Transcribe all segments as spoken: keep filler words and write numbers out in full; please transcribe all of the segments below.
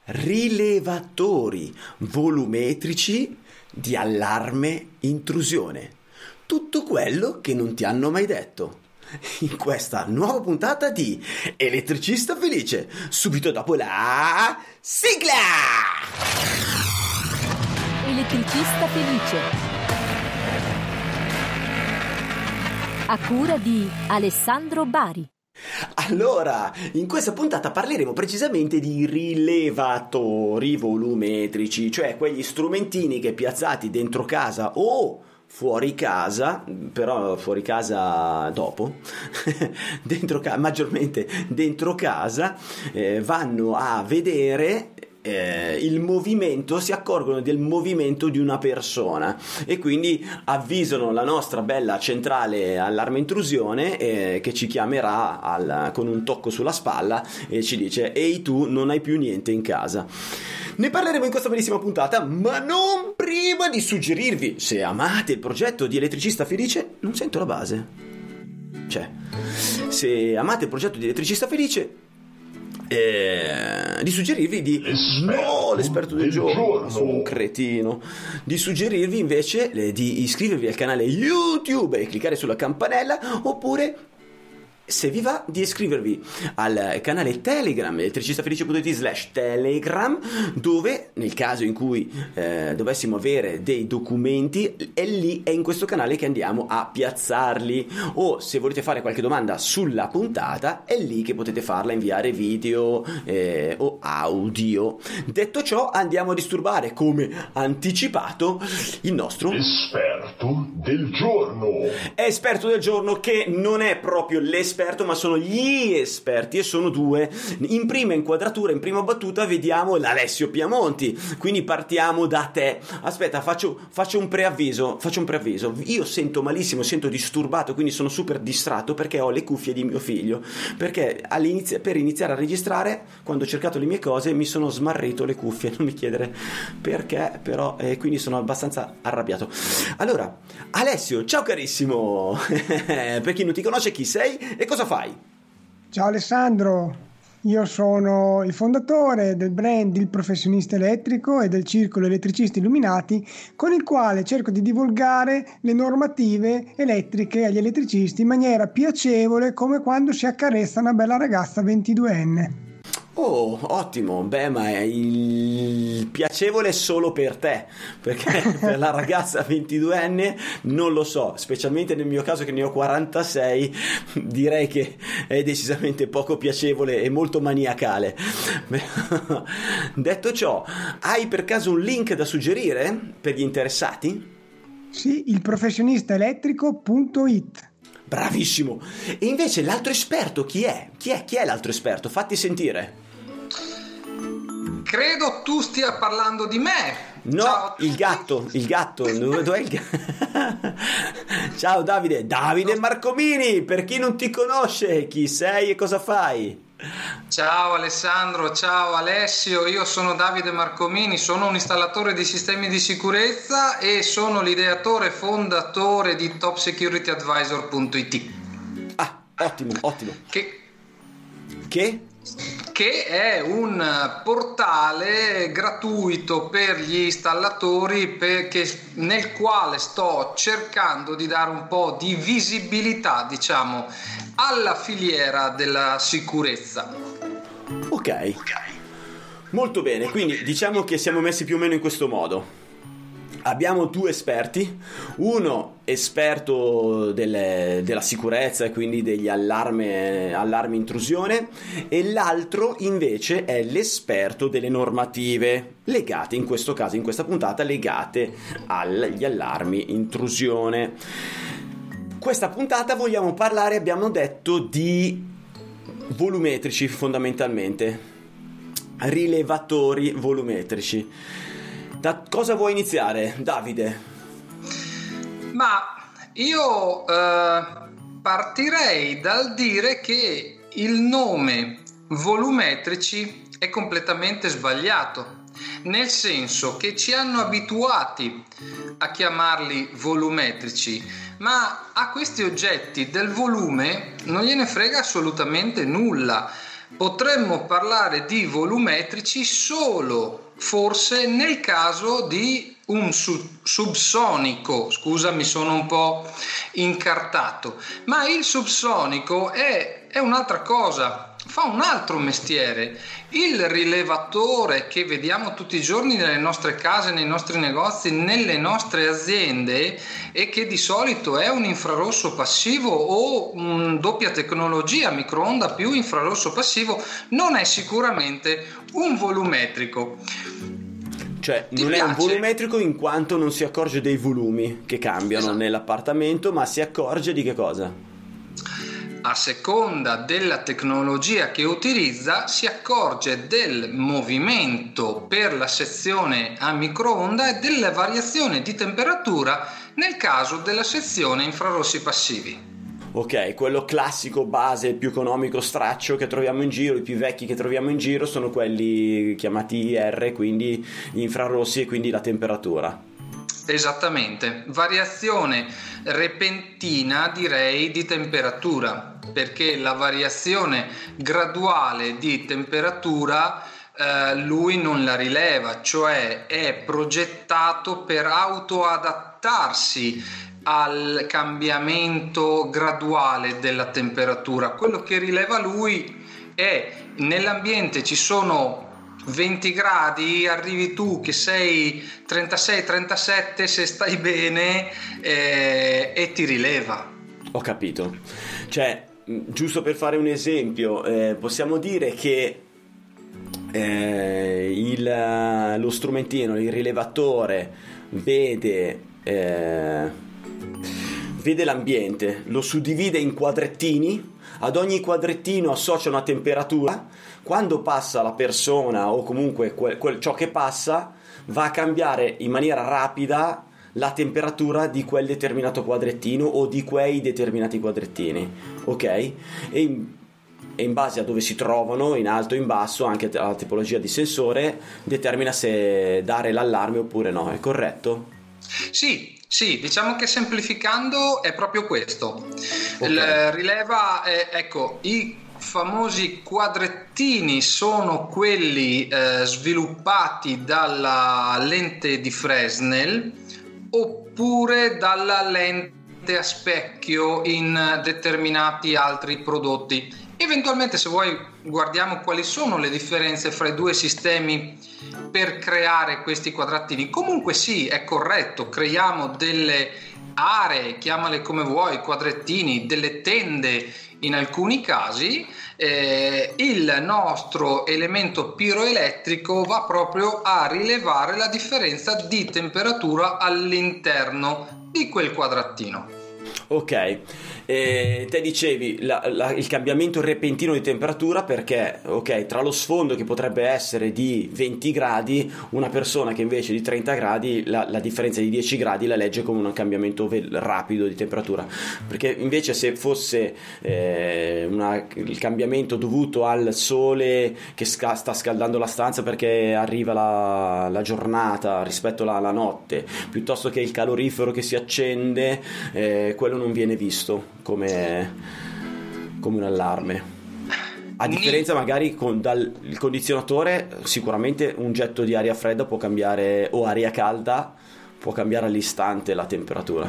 rilevatori volumetrici di allarme intrusione. Tutto quello che non ti hanno mai detto in questa nuova puntata di Elettricista Felice, subito dopo la sigla. Elettricista Felice, a cura di Alessandro Bari. Allora, in questa puntata parleremo precisamente di rilevatori volumetrici, cioè quegli strumentini che piazzati dentro casa o fuori casa, però fuori casa dopo, dentro ca- maggiormente dentro casa, eh, vanno a vedere Eh, il movimento, si accorgono del movimento di una persona e quindi avvisano la nostra bella centrale allarme intrusione eh, che ci chiamerà al, con un tocco sulla spalla e ci dice: ehi, tu non hai più niente in casa. Ne parleremo in questa bellissima puntata, ma non prima di suggerirvi, se amate il progetto di Elettricista Felice, non sento la base, cioè se amate il progetto di Elettricista Felice, Eh, di suggerirvi di l'esperto no l'esperto del, del giorno, giorno. sono un cretino, di suggerirvi invece le, di iscrivervi al canale YouTube e cliccare sulla campanella, oppure se vi va di iscrivervi al canale Telegram elettricistafelice.it slash telegram, dove nel caso in cui eh, dovessimo avere dei documenti è lì, è in questo canale che andiamo a piazzarli, o se volete fare qualche domanda sulla puntata è lì che potete farla, inviare video eh, o audio. Detto ciò, andiamo a disturbare, come anticipato, il nostro esperto del giorno. Esperto del giorno, che non è proprio l'esperto ma sono gli esperti, e sono due. In prima inquadratura, in prima battuta, vediamo l'Alessio Piamonti, quindi partiamo da te. Aspetta, faccio, faccio un preavviso faccio un preavviso io sento malissimo, sento disturbato, quindi sono super distratto perché ho le cuffie di mio figlio, perché all'inizio, per iniziare a registrare, quando ho cercato le mie cose mi sono smarrito le cuffie, non mi chiedere perché, però eh, quindi sono abbastanza arrabbiato. Allora, Alessio, ciao carissimo. Per chi non ti conosce, chi sei e cosa fai? Ciao Alessandro, io sono il fondatore del brand Il Professionista Elettrico e del Circolo Elettricisti Illuminati, con il quale cerco di divulgare le normative elettriche agli elettricisti in maniera piacevole, come quando si accarezza una bella ragazza ventiduenne. Oh, ottimo. Beh, ma è il piacevole solo per te, perché per la ragazza ventiduenne non lo so, specialmente nel mio caso che ne ho quarantasei, direi che è decisamente poco piacevole e molto maniacale. Detto ciò, hai per caso un link da suggerire per gli interessati? Sì, il professionista elettrico punto it. Bravissimo. E invece l'altro esperto chi è? Chi è? Chi è l'altro esperto? Fatti sentire. Credo tu stia parlando di me. No, Ciao. il gatto, il gatto, dove, dov'è il gatto? Ciao Davide, Davide Marcomini, per chi non ti conosce, chi sei e cosa fai? Ciao Alessandro, ciao Alessio, io sono Davide Marcomini, sono un installatore di sistemi di sicurezza e sono l'ideatore e fondatore di top security advisor punto it. Ah, ottimo, ottimo. Che... Che? che è un portale gratuito per gli installatori, perché, nel quale sto cercando di dare un po' di visibilità, diciamo, alla filiera della sicurezza. Ok, molto bene, quindi diciamo che siamo messi più o meno in questo modo. Abbiamo due esperti, uno esperto delle, della sicurezza e quindi degli allarme, allarmi intrusione, e l'altro invece è l'esperto delle normative legate, in questo caso, in questa puntata, legate agli allarmi intrusione. Questa puntata vogliamo parlare, abbiamo detto, di volumetrici fondamentalmente, rilevatori volumetrici. Da cosa vuoi iniziare, Davide? Ma io eh, partirei dal dire che il nome volumetrici è completamente sbagliato, nel senso che ci hanno abituati a chiamarli volumetrici, ma a questi oggetti del volume non gliene frega assolutamente nulla. potremmo parlare di volumetrici solo forse nel caso di un sub- subsonico. Scusa, mi sono un po' incartato, ma il subsonico è, è un'altra cosa, fa un altro mestiere. Il rilevatore che vediamo tutti i giorni nelle nostre case, nei nostri negozi, nelle nostre aziende, e che di solito è un infrarosso passivo o un doppia tecnologia, microonda più infrarosso passivo, non è sicuramente un volumetrico. Cioè Ti non piace? è un volumetrico in quanto non si accorge dei volumi che cambiano Esatto. nell'appartamento, ma si accorge di che cosa? A seconda della tecnologia che utilizza, si accorge del movimento per la sezione a microonda e della variazione di temperatura nel caso della sezione infrarossi passivi. Ok, quello classico base, più economico straccio che troviamo in giro, i più vecchi che troviamo in giro sono quelli chiamati I R, quindi gli infrarossi e quindi la temperatura. Esattamente, variazione repentina direi di temperatura, perché la variazione graduale di temperatura eh, lui non la rileva, cioè è progettato per autoadattarsi al cambiamento graduale della temperatura. Quello che rileva lui è: nell'ambiente ci sono venti gradi, arrivi tu che sei trentasei trentasette, se stai bene, eh, e ti rileva. Ho capito. Cioè, giusto per fare un esempio, eh, possiamo dire che eh, il, lo strumentino, il rilevatore vede eh, vede l'ambiente, lo suddivide in quadrettini, ad ogni quadrettino associa una temperatura. Quando passa la persona o comunque quel, quel, ciò che passa va a cambiare in maniera rapida la temperatura di quel determinato quadrettino o di quei determinati quadrettini, ok? E in, e in base a dove si trovano, in alto o in basso, anche la tipologia di sensore, determina se dare l'allarme oppure no, è corretto? Sì, sì, diciamo che semplificando è proprio questo. Okay. Il rileva, eh, ecco, i famosi quadrettini sono quelli eh, sviluppati dalla lente di Fresnel oppure dalla lente a specchio in determinati altri prodotti. Eventualmente, se vuoi, guardiamo quali sono le differenze fra i due sistemi per creare questi quadratini. Comunque sì, è corretto, creiamo delle aree, chiamale come vuoi, quadrettini, delle tende in alcuni casi. Eh, il nostro elemento piroelettrico va proprio a rilevare la differenza di temperatura all'interno di quel quadratino. Ok, e te dicevi la, la, il cambiamento repentino di temperatura perché, ok, tra lo sfondo che potrebbe essere di venti gradi, una persona che invece di trenta gradi, la, la differenza di dieci gradi la legge come un cambiamento ve- rapido di temperatura, perché invece se fosse eh, una, il cambiamento dovuto al sole che sca- sta scaldando la stanza perché arriva la, la giornata rispetto alla, alla notte, piuttosto che il calorifero che si accende, eh, quello non viene visto come, come un allarme, a differenza magari con dal, il condizionatore. Sicuramente un getto di aria fredda può cambiare, o aria calda può cambiare all'istante la temperatura.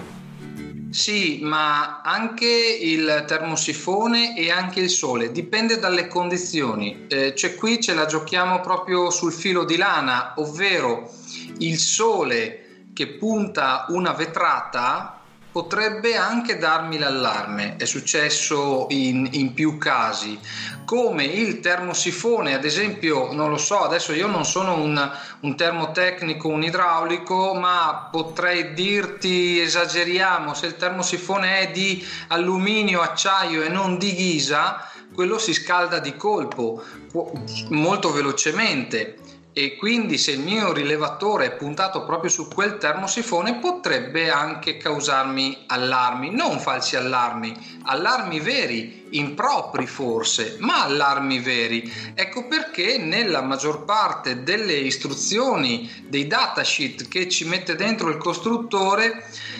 Sì, ma anche il termosifone e anche il sole, dipende dalle condizioni. Eh, cioè qui ce la giochiamo proprio sul filo di lana, ovvero il sole che punta una vetrata potrebbe anche darmi l'allarme, è successo in, in più casi, come il termosifone, ad esempio, non lo so, adesso io non sono un, un termotecnico, un idraulico, ma potrei dirti, esageriamo, se il termosifone è di alluminio, acciaio e non di ghisa, quello si scalda di colpo, molto velocemente. E quindi se il mio rilevatore è puntato proprio su quel termosifone potrebbe anche causarmi allarmi, non falsi allarmi, allarmi veri, impropri forse, ma allarmi veri. Ecco perché nella maggior parte delle istruzioni, dei datasheet che ci mette dentro il costruttore,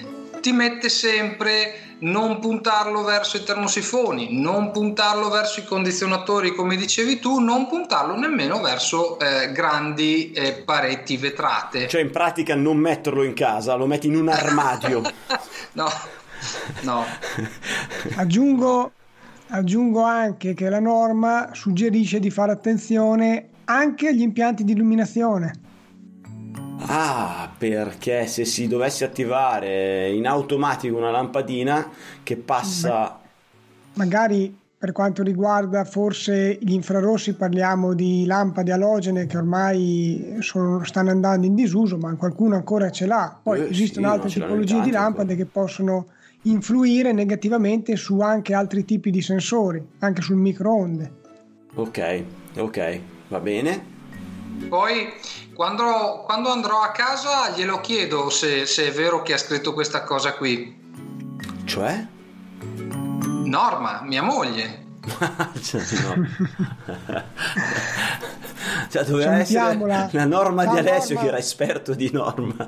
ti mette sempre non puntarlo verso i termosifoni, non puntarlo verso i condizionatori come dicevi tu, non puntarlo nemmeno verso eh, grandi eh, pareti vetrate. Cioè in pratica non metterlo in casa, lo metti in un armadio. no, no. Aggiungo, aggiungo anche che la norma suggerisce di fare attenzione anche agli impianti di illuminazione. Ah, perché se si dovesse attivare in automatico una lampadina che passa... Magari per quanto riguarda forse gli infrarossi parliamo di lampade alogene che ormai sono, stanno andando in disuso, ma qualcuno ancora ce l'ha. Poi eh, esistono sì, altre tipologie di lampade ancora, che possono influire negativamente su anche altri tipi di sensori, anche sul microonde. Ok, ok, va bene. Poi quando, quando andrò a casa glielo chiedo se, se è vero che ha scritto questa cosa qui. Cioè? Norma, mia moglie. cioè, no. cioè doveva essere la Norma la di Alessio norma... che era esperto di Norma.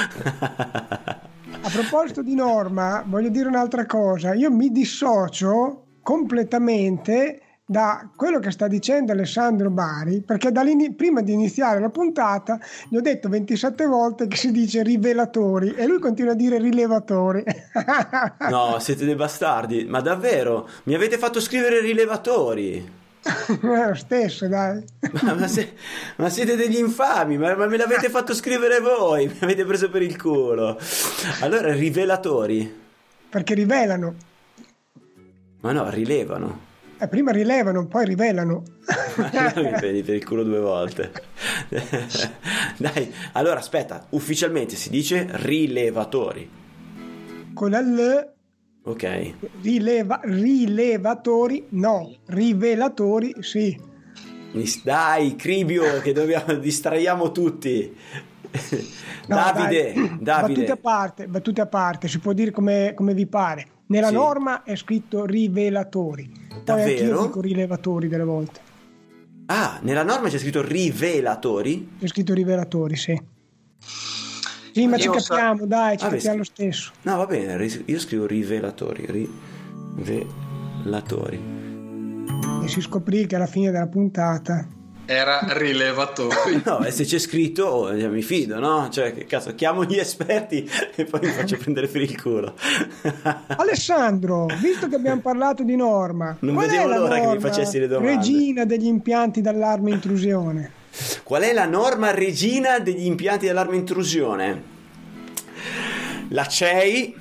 A proposito di Norma, voglio dire un'altra cosa. Io mi dissocio completamente da quello che sta dicendo Alessandro Bari, perché prima di iniziare la puntata gli ho detto ventisette volte che si dice rivelatori e lui continua a dire rilevatori. No, siete dei bastardi, ma davvero mi avete fatto scrivere rilevatori. È lo stesso, dai. ma, ma, se, ma siete degli infami, ma, ma me l'avete fatto scrivere voi, mi avete preso per il culo. Allora rivelatori perché rivelano, ma no, rilevano. Eh, prima rilevano, poi rivelano. Mi prendi per il culo due volte. Dai, allora aspetta, ufficialmente si dice rilevatori. Con la L. Ok. Rileva, rilevatori, no. Rivelatori, sì. Dai, Cribio, che dobbiamo, distraiamo tutti. No, Davide, dai, Davide. Battute a parte, battute a parte, si può dire come, come vi pare. Nella sì. norma è scritto rivelatori. Poi davvero? anch'io dico rilevatori delle volte. Ah, nella norma c'è scritto rivelatori? C'è scritto rivelatori, sì. Sì, ma io ci capiamo, sa... dai, ci ah, capiamo lo stesso. No, va bene, io scrivo rivelatori, rivelatori. E si scoprì che alla fine della puntata era rilevatori. No, e se c'è scritto oh, mi fido, no? Cioè, che cazzo, chiamo gli esperti e poi mi faccio prendere per il culo. Alessandro, visto che abbiamo parlato di norma, non vedevo l'ora che mi facessi le domande. Regina degli impianti d'allarme intrusione. Qual è la norma regina degli impianti d'allarme intrusione? La C E I.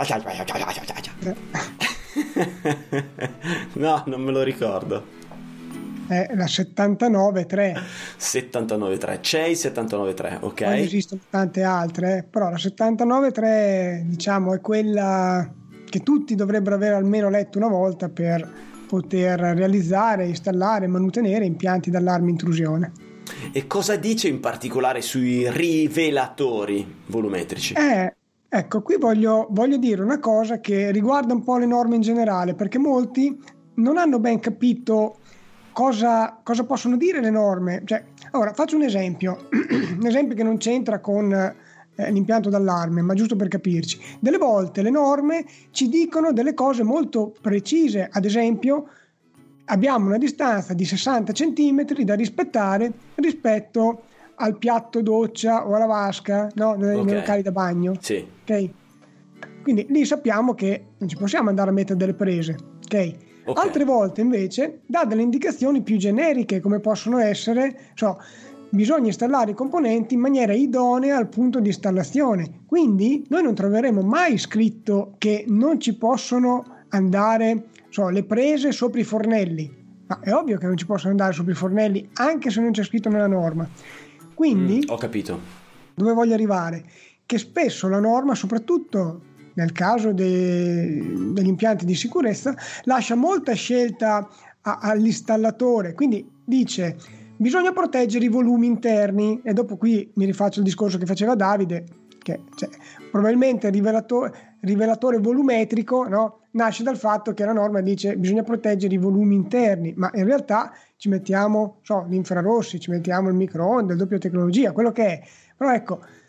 No, non me lo ricordo. È la settantanove tre. settantanove tre, C E I settantanove tre, ok. Poi esistono tante altre, eh? Però la settantanove tre, diciamo, è quella che tutti dovrebbero aver almeno letto una volta per poter realizzare, installare e mantenere impianti d'allarme intrusione. E cosa dice in particolare sui rivelatori volumetrici? Eh, ecco, qui voglio, voglio dire una cosa che riguarda un po' le norme in generale, perché molti non hanno ben capito Cosa, cosa possono dire le norme. Cioè, ora faccio un esempio un esempio che non c'entra con eh, l'impianto d'allarme, ma giusto per capirci. Delle volte le norme ci dicono delle cose molto precise, ad esempio abbiamo una distanza di sessanta centimetri da rispettare rispetto al piatto doccia o alla vasca, no? nei, okay. nei locali da bagno, sì. Okay? Quindi lì sappiamo che non ci possiamo andare a mettere delle prese, ok? Okay. Altre volte invece dà delle indicazioni più generiche, come possono essere, so, bisogna installare i componenti in maniera idonea al punto di installazione. Quindi noi non troveremo mai scritto che non ci possono andare, so, le prese sopra i fornelli. Ma è ovvio che non ci possono andare sopra i fornelli, anche se non c'è scritto nella norma. Quindi, mm, ho capito. Dove voglio arrivare? Che spesso la norma, soprattutto nel caso de, degli impianti di sicurezza, lascia molta scelta a, all'installatore, quindi dice bisogna proteggere i volumi interni, e dopo qui mi rifaccio il discorso che faceva Davide, che cioè, probabilmente il rivelatore, rivelatore volumetrico, no, nasce dal fatto che la norma dice bisogna proteggere i volumi interni, ma in realtà ci mettiamo so, gli infrarossi, ci mettiamo il microonde, il doppio tecnologia, quello che è. Però ecco,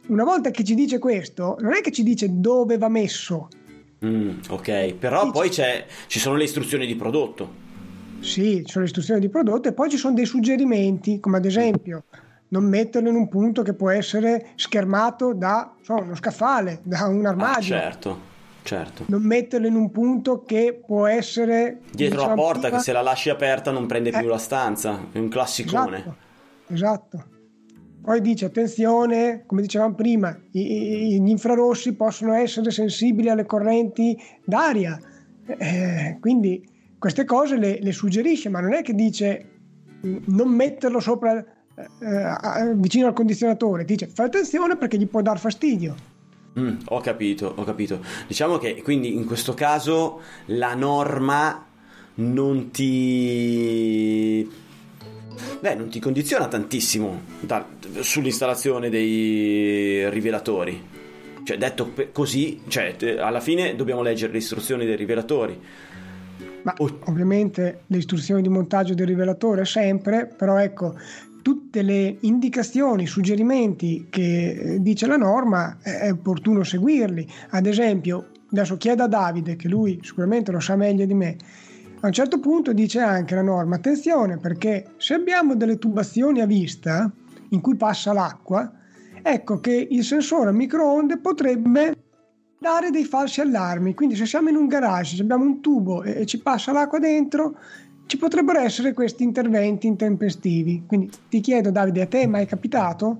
una volta che ci dice questo, non è che ci dice dove va messo. Mm, ok, però Dice, poi c'è, ci sono le istruzioni di prodotto. sì, ci sono le istruzioni di prodotto e poi ci sono dei suggerimenti, come ad esempio non metterlo in un punto che può essere schermato da so, uno scaffale, da un armadio. Ah, certo, certo. Non metterlo in un punto che può essere Dietro la porta, prima, che se la lasci aperta non prende più eh, la stanza, è un classicone. Esatto, esatto. Poi dice attenzione, come dicevamo prima, i, gli infrarossi possono essere sensibili alle correnti d'aria, eh, quindi queste cose le, le suggerisce, ma non è che dice non metterlo sopra eh, vicino al condizionatore, dice fai attenzione perché gli può dar fastidio. Mm, ho capito, ho capito. Diciamo che quindi in questo caso la norma non ti beh, non ti condiziona tantissimo da, sull'installazione dei rivelatori. Cioè, detto così, cioè, alla fine dobbiamo leggere le istruzioni dei rivelatori. Ma oh. Ovviamente le istruzioni di montaggio del rivelatore sempre, però ecco, tutte le indicazioni, suggerimenti che dice la norma è opportuno seguirli. Ad esempio, adesso chiedo a Davide, che lui sicuramente lo sa meglio di me, a un certo punto dice anche la norma, attenzione perché se abbiamo delle tubazioni a vista in cui passa l'acqua, ecco che il sensore a microonde potrebbe dare dei falsi allarmi, quindi se siamo in un garage, se abbiamo un tubo e, e ci passa l'acqua dentro, ci potrebbero essere questi interventi intempestivi. Quindi ti chiedo Davide, a te mai è capitato?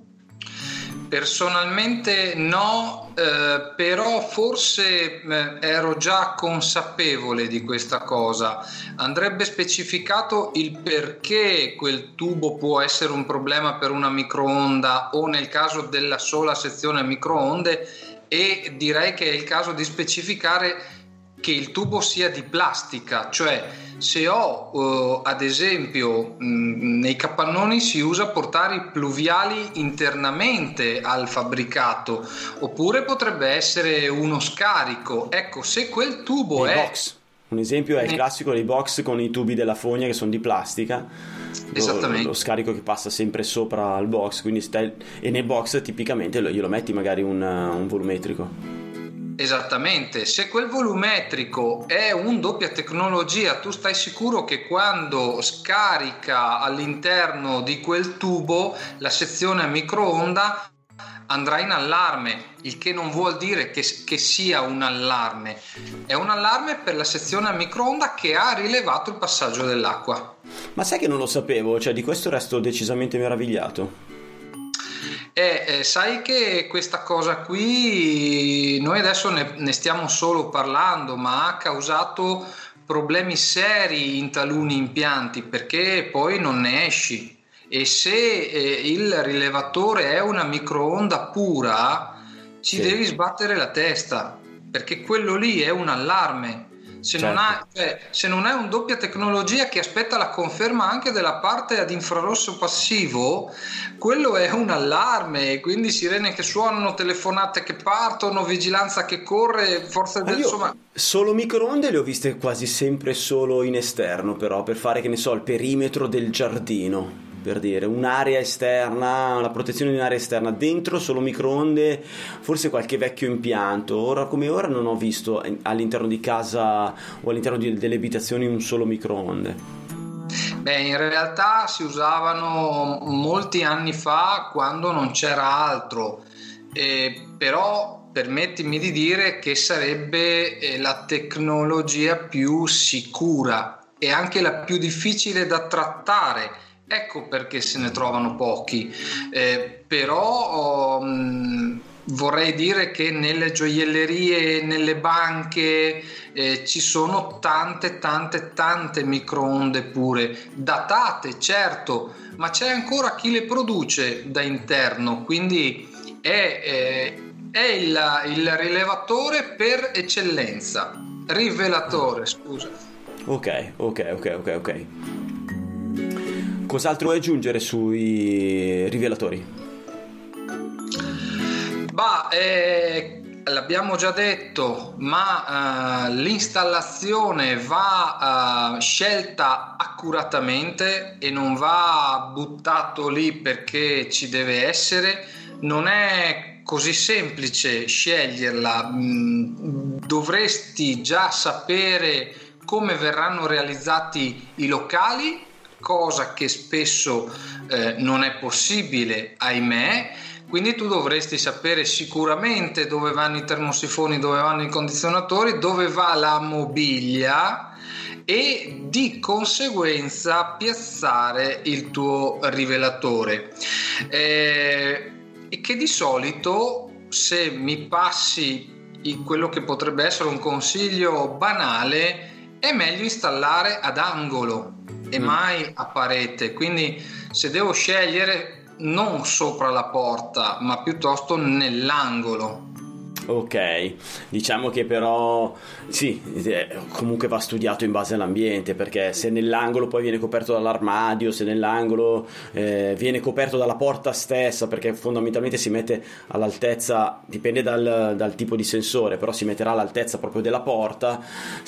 Personalmente no, eh, però forse eh, ero già consapevole di questa cosa. Andrebbe specificato il perché quel tubo può essere un problema per una microonda o nel caso della sola sezione microonde, e direi che è il caso di specificare che il tubo sia di plastica, cioè se ho uh, ad esempio mh, nei capannoni si usa portare i pluviali internamente al fabbricato, oppure potrebbe essere uno scarico. Ecco, se quel tubo nei è box. Un esempio è il classico dei box con i tubi della fogna che sono di plastica. Esattamente. Lo, lo scarico che passa sempre sopra al box, quindi stai, e nei box tipicamente lo, glielo metti magari un, un volumetrico. Esattamente, se quel volumetrico è un doppia tecnologia, tu stai sicuro che quando scarica all'interno di quel tubo la sezione a microonda andrà in allarme, il che non vuol dire che, che sia un allarme, è un allarme per la sezione a microonda che ha rilevato il passaggio dell'acqua. Ma sai che non lo sapevo, cioè di questo resto decisamente meravigliato. Eh, eh, sai che questa cosa qui noi adesso ne, ne stiamo solo parlando, ma ha causato problemi seri in taluni impianti perché poi non ne esci. E se eh, il rilevatore è una microonda pura, ci sì. devi sbattere la testa, perché quello lì è un allarme. Se, certo. non ha, cioè, se non è un doppia tecnologia che aspetta la conferma anche della parte ad infrarosso passivo, quello è un allarme, quindi sirene che suonano, telefonate che partono, vigilanza che corre, forza del insomma. Solo microonde le ho viste quasi sempre solo in esterno, però per fare, che ne so, il perimetro del giardino, per dire, un'area esterna, la protezione di un'area esterna. Dentro solo microonde, forse qualche vecchio impianto. Ora come ora non ho visto all'interno di casa o all'interno di, delle abitazioni un solo microonde. Beh, in realtà si usavano molti anni fa quando non c'era altro, eh, però permettimi di dire che sarebbe eh, la tecnologia più sicura e anche la più difficile da trattare. Ecco perché se ne trovano pochi, eh, però um, vorrei dire che nelle gioiellerie, nelle banche eh, ci sono tante tante tante microonde pure, datate certo, ma c'è ancora chi le produce da interno, quindi è, eh, è il, il rilevatore per eccellenza, rivelatore scusa. Ok, ok, ok, ok, ok. Cos'altro vuoi aggiungere sui rivelatori? Bah, eh, l'abbiamo già detto, ma uh, l'installazione va uh, scelta accuratamente e non va buttato lì perché ci deve essere. Non è così semplice sceglierla, dovresti già sapere come verranno realizzati i locali, cosa che spesso eh, non è possibile, ahimè. Quindi tu dovresti sapere sicuramente dove vanno i termosifoni, dove vanno i condizionatori, dove va la mobilia e di conseguenza piazzare il tuo rivelatore. Eh, e che di solito, se mi passi in quello che potrebbe essere un consiglio banale, è meglio installare ad angolo e mai a parete. Quindi se devo scegliere, non sopra la porta ma piuttosto nell'angolo. Ok, diciamo che però sì, comunque va studiato in base all'ambiente, perché se nell'angolo poi viene coperto dall'armadio, se nell'angolo eh, viene coperto dalla porta stessa, perché fondamentalmente si mette all'altezza, dipende dal, dal tipo di sensore, però si metterà all'altezza proprio della porta.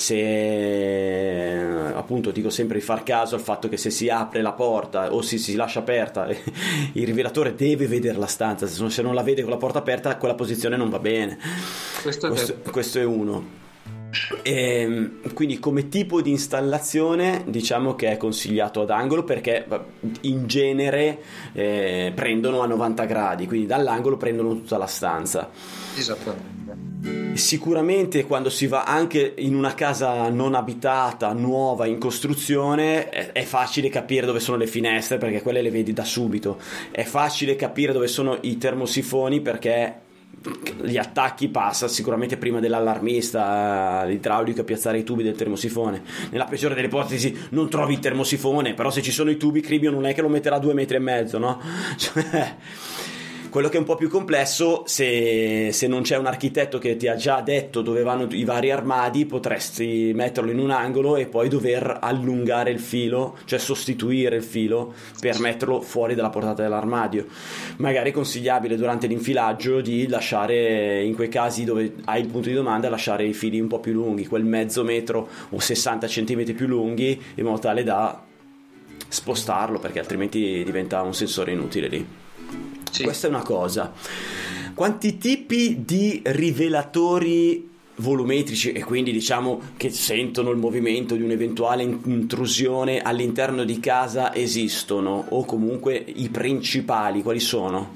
Se appunto, dico sempre di far caso al fatto che se si apre la porta o si, si lascia aperta, il rivelatore deve vedere la stanza, se non la vede con la porta aperta quella posizione non va bene. Questo è, questo, questo è uno. E quindi come tipo di installazione diciamo che è consigliato ad angolo, perché in genere eh, prendono a novanta gradi, quindi dall'angolo prendono tutta la stanza. Esattamente. Sicuramente quando si va anche in una casa non abitata, nuova, in costruzione, è, è facile capire dove sono le finestre, perché quelle le vedi da subito. È facile capire dove sono i termosifoni, perché gli attacchi passa sicuramente prima dell'allarmista, l'idraulico a piazzare i tubi del termosifone. Nella peggiore delle ipotesi non trovi il termosifone, però se ci sono i tubi, Cribio non è che lo metterà a due metri e mezzo, no? Cioè, quello che è un po' più complesso, se, se non c'è un architetto che ti ha già detto dove vanno i vari armadi, potresti metterlo in un angolo e poi dover allungare il filo, cioè sostituire il filo per metterlo fuori dalla portata dell'armadio. Magari è consigliabile durante l'infilaggio di lasciare, in quei casi dove hai il punto di domanda, lasciare i fili un po' più lunghi, quel mezzo metro o sessanta centimetri più lunghi, in modo tale da spostarlo, perché altrimenti diventa un sensore inutile lì. Sì. Questa è una cosa. Quanti tipi di rivelatori volumetrici, e quindi diciamo che sentono il movimento di un'eventuale intrusione all'interno di casa, esistono? O comunque i principali quali sono?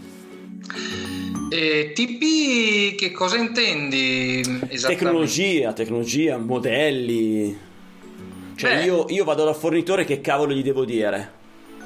E tipi, che cosa intendi esattamente? Tecnologia, tecnologia, modelli. Cioè io, io vado dal fornitore, che cavolo gli devo dire?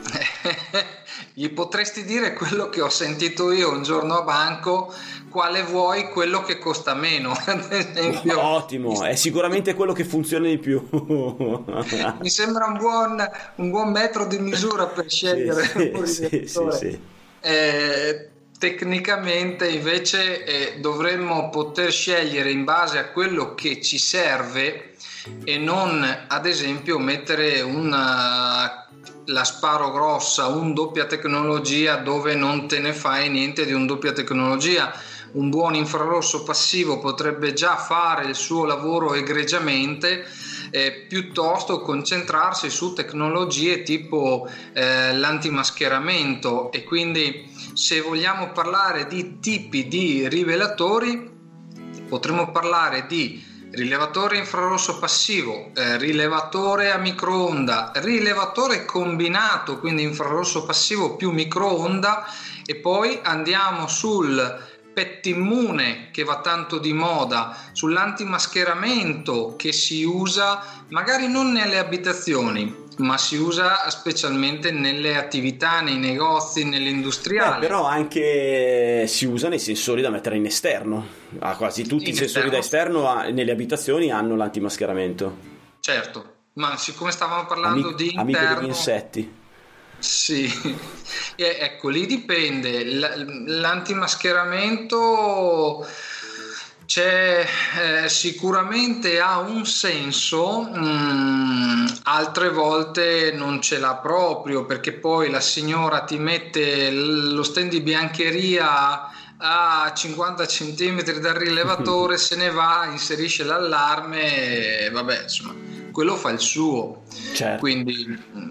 Gli potresti dire quello che ho sentito io un giorno a banco: quale vuoi, quello che costa meno. Ad esempio, ottimo, è sicuramente quello che funziona di più. Mi sembra un buon, un buon metro di misura per scegliere. Sì, un sì, sì, sì. Eh, tecnicamente invece eh, dovremmo poter scegliere in base a quello che ci serve e non, ad esempio, mettere una la sparo grossa, un doppia tecnologia, dove non te ne fai niente di un doppia tecnologia. Un buon infrarosso passivo potrebbe già fare il suo lavoro egregiamente, eh, piuttosto concentrarsi su tecnologie tipo eh, l'antimascheramento. E quindi, se vogliamo parlare di tipi di rivelatori, potremmo parlare di rilevatore infrarosso passivo, eh, rilevatore a microonda, rilevatore combinato, quindi infrarosso passivo più microonda, e poi andiamo sul pettimmune, che va tanto di moda, sull'antimascheramento, che si usa magari non nelle abitazioni, ma si usa specialmente nelle attività, nei negozi, nell'industriale. Beh, però anche si usa nei sensori da mettere in esterno. Ah, quasi tutti in i sensori esterno, da esterno nelle abitazioni hanno l'antimascheramento. Certo, ma siccome stavamo parlando Amic- di interno, amico degli insetti. Sì, e ecco, lì dipende. L- l'antimascheramento c'è, eh, sicuramente ha un senso, mh, altre volte non ce l'ha proprio, perché poi la signora ti mette lo stand di biancheria a cinquanta centimetri dal rilevatore, se ne va, inserisce l'allarme e vabbè, insomma, quello fa il suo. Certo. Quindi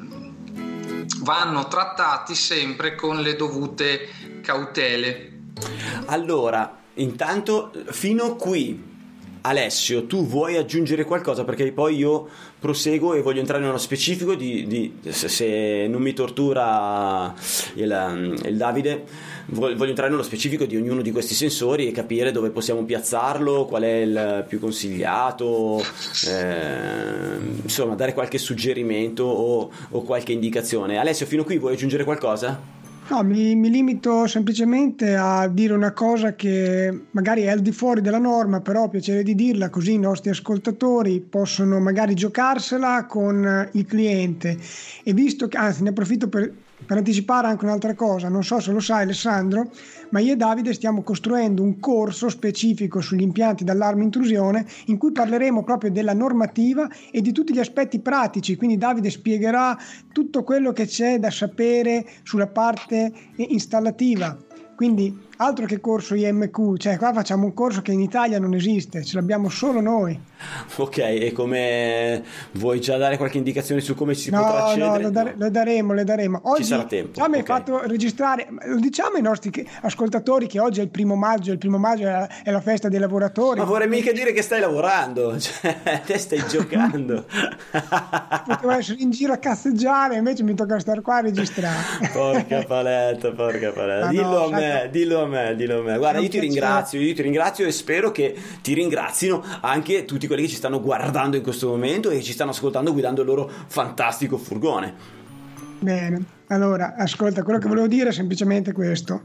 mh, vanno trattati sempre con le dovute cautele. Allora, intanto fino qui, Alessio, tu vuoi aggiungere qualcosa? Perché poi io proseguo e voglio entrare nello specifico di, di se, se non mi tortura il, il Davide, voglio entrare nello specifico di ognuno di questi sensori e capire dove possiamo piazzarlo, qual è il più consigliato, eh, insomma dare qualche suggerimento o, o qualche indicazione. Alessio, fino qui vuoi aggiungere qualcosa? No, mi, mi limito semplicemente a dire una cosa che magari è al di fuori della norma, però ho piacere di dirla, così i nostri ascoltatori possono magari giocarsela con il cliente. E visto che, anzi, ne approfitto per, per anticipare anche un'altra cosa, non so se lo sai Alessandro, ma io e Davide stiamo costruendo un corso specifico sugli impianti d'allarme intrusione in cui parleremo proprio della normativa e di tutti gli aspetti pratici, quindi Davide spiegherà tutto quello che c'è da sapere sulla parte installativa. Quindi altro che corso I M Q, cioè qua facciamo un corso che in Italia non esiste, ce l'abbiamo solo noi. Ok, e come vuoi già dare qualche indicazione su come si no, potrà accedere? No, lo, dare, no, lo daremo, lo daremo. Oggi ci sarà tempo. Già mi hai Okay. fatto registrare, lo diciamo ai nostri ascoltatori che oggi è il primo maggio, il primo maggio è la, è la festa dei lavoratori. Ma vorrei mica dire che stai lavorando, cioè te stai giocando. Potevo essere in giro a cazzeggiare, invece mi tocca stare qua a registrare. Porca paletta, porca paletta. Ma Dillo no, a me, certo. dillo a me, dillo a me. Guarda, È un io ti piacere. ringrazio, io ti ringrazio e spero che ti ringrazino anche tutti quelli che ci stanno guardando in questo momento e ci stanno ascoltando guidando il loro fantastico furgone. Bene, allora, ascolta, quello che volevo dire è semplicemente questo.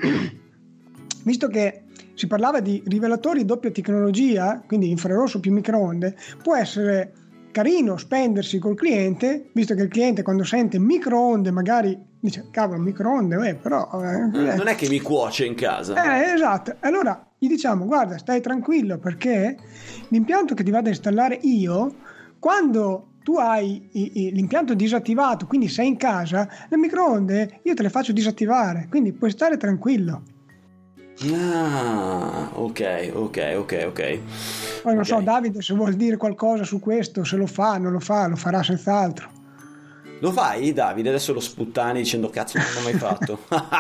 Visto che si parlava di rivelatori doppia tecnologia, quindi infrarosso più microonde, può essere carino spendersi col cliente, visto che il cliente quando sente microonde magari dice, cavolo, microonde, eh, però... Eh, Non è che mi cuoce in casa. Eh, esatto. Allora gli diciamo, guarda, stai tranquillo perché l'impianto che ti vado a installare io, quando tu hai i, i, l'impianto disattivato, quindi sei in casa, le microonde io te le faccio disattivare, quindi puoi stare tranquillo. Ah, ok, ok, ok, ok. Poi non Ok. so, Davide, se vuol dire qualcosa su questo, se lo fa, non lo fa, lo farà senz'altro. Lo fai, Davide? Adesso lo sputtani dicendo cazzo non l'ho mai fatto.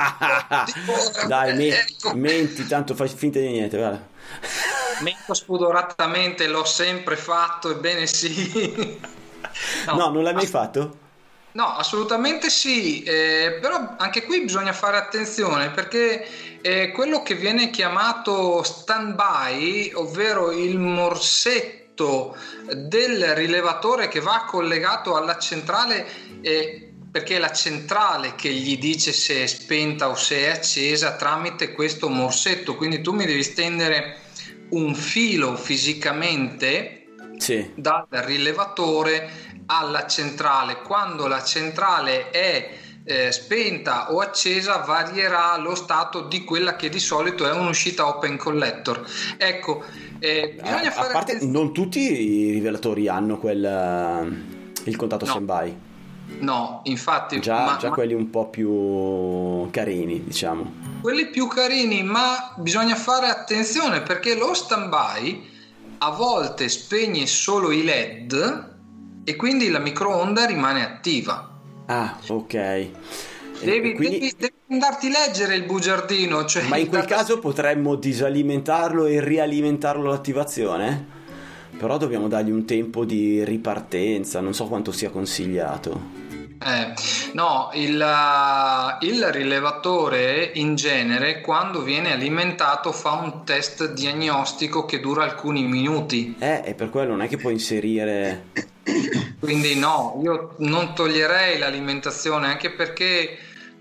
Dai, me- menti, tanto fai finta di niente, guarda. Mento spudoratamente, l'ho sempre fatto, ebbene sì. No, non l'hai mai ass- fatto? No, assolutamente sì, eh, però anche qui bisogna fare attenzione perché eh, quello che viene chiamato stand-by, ovvero il morsetto del rilevatore che va collegato alla centrale, eh, perché è la centrale che gli dice se è spenta o se è accesa tramite questo morsetto, quindi tu mi devi stendere un filo fisicamente Sì. dal rilevatore alla centrale. Quando la centrale è eh, spenta o accesa varierà lo stato di quella che di solito è un'uscita open collector. Ecco, eh, bisogna A, fare a parte attenzione. non tutti i rivelatori hanno quel eh, il contatto No. stand-by. No, infatti, Già, ma, già ma quelli un po' più carini, diciamo. quelli più carini, ma bisogna fare attenzione perché lo stand-by a volte spegne solo i L E D e quindi la microonda rimane attiva. Ah, ok. E Devi, quindi- devi, devi andarti a leggere il bugiardino, cioè Ma in quel il- caso potremmo disalimentarlo e rialimentarlo l'attivazione? Però dobbiamo dargli un tempo di ripartenza, non so quanto sia consigliato. Eh, no, il, il rilevatore in genere quando viene alimentato fa un test diagnostico che dura alcuni minuti, Eh, e per quello non è che puoi inserire... quindi no, io non toglierei l'alimentazione anche perché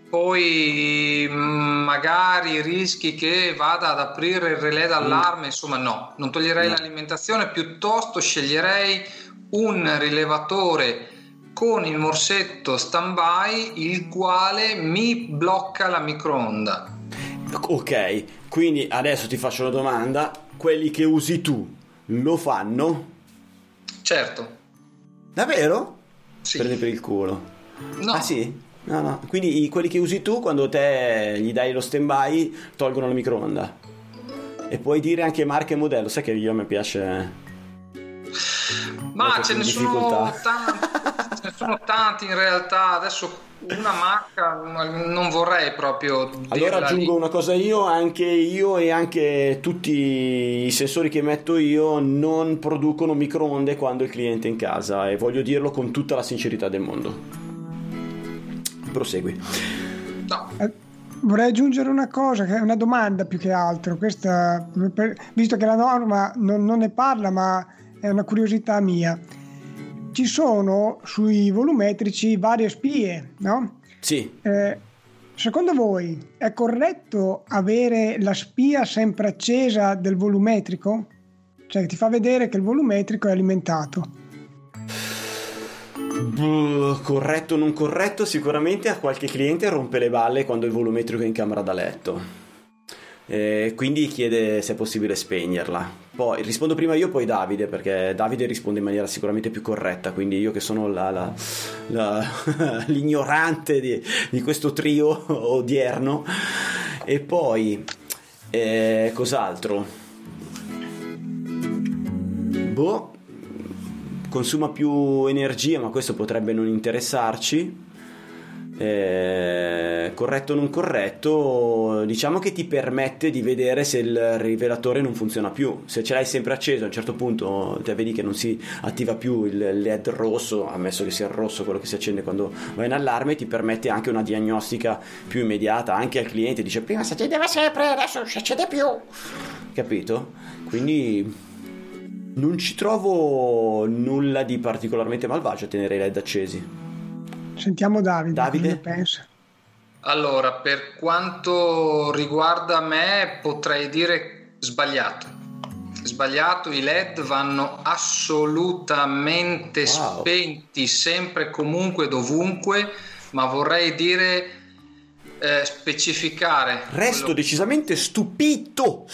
poi mh, magari rischi che vada ad aprire il relè d'allarme, insomma no, non toglierei No. l'alimentazione, piuttosto sceglierei un rilevatore con il morsetto standby il quale mi blocca la microonda. Ok, quindi adesso ti faccio una domanda. Quelli che usi tu lo fanno? Certo, Davvero? sì. Prende per il culo. No, Ah sì? no, no. Quindi i, quelli che usi tu, quando te gli dai lo stand by, tolgono la microonda. E puoi dire anche marca e modello. Sai che io mi piace. Ma ce ne sono tanti, ce ne sono tanti in realtà. Adesso una marca non vorrei proprio. Allora aggiungo lì. una cosa io, anche io e anche tutti i sensori che metto io non producono microonde quando il cliente è in casa, e voglio dirlo con tutta la sincerità del mondo. Prosegui. No. Eh, vorrei aggiungere una cosa, che è una domanda più che altro, questa, per, visto che la norma non, non ne parla, ma è una curiosità mia. Ci sono sui volumetrici varie spie, no? Sì. Eh, secondo voi è corretto avere la spia sempre accesa del volumetrico? Cioè che ti fa vedere che il volumetrico è alimentato. Buh, corretto o non corretto, sicuramente a qualche cliente rompe le balle quando il volumetrico è in camera da letto. Eh, quindi chiede se è possibile spegnerla. Poi rispondo prima io, poi Davide, perché Davide risponde in maniera sicuramente più corretta, quindi io che sono la, la, la, l'ignorante di, di questo trio odierno. E poi eh, cos'altro? Boh, consuma più energia, ma questo potrebbe non interessarci. Eh, corretto o non corretto, diciamo che ti permette di vedere se il rivelatore non funziona più. Se ce l'hai sempre acceso, a un certo punto te vedi che non si attiva più il L E D rosso, ammesso che sia il rosso quello che si accende quando va in allarme, ti permette anche una diagnostica più immediata anche al cliente. Dice prima si accendeva sempre, adesso non si accende più, capito? Quindi non ci trovo nulla di particolarmente malvagio a tenere i L E D accesi. Sentiamo Davide, Davide? cosa pensa? Allora, per quanto riguarda me, potrei dire sbagliato. Sbagliato, i L E D vanno assolutamente wow. spenti sempre, comunque, dovunque, ma vorrei dire eh, specificare. Resto quello... decisamente stupito,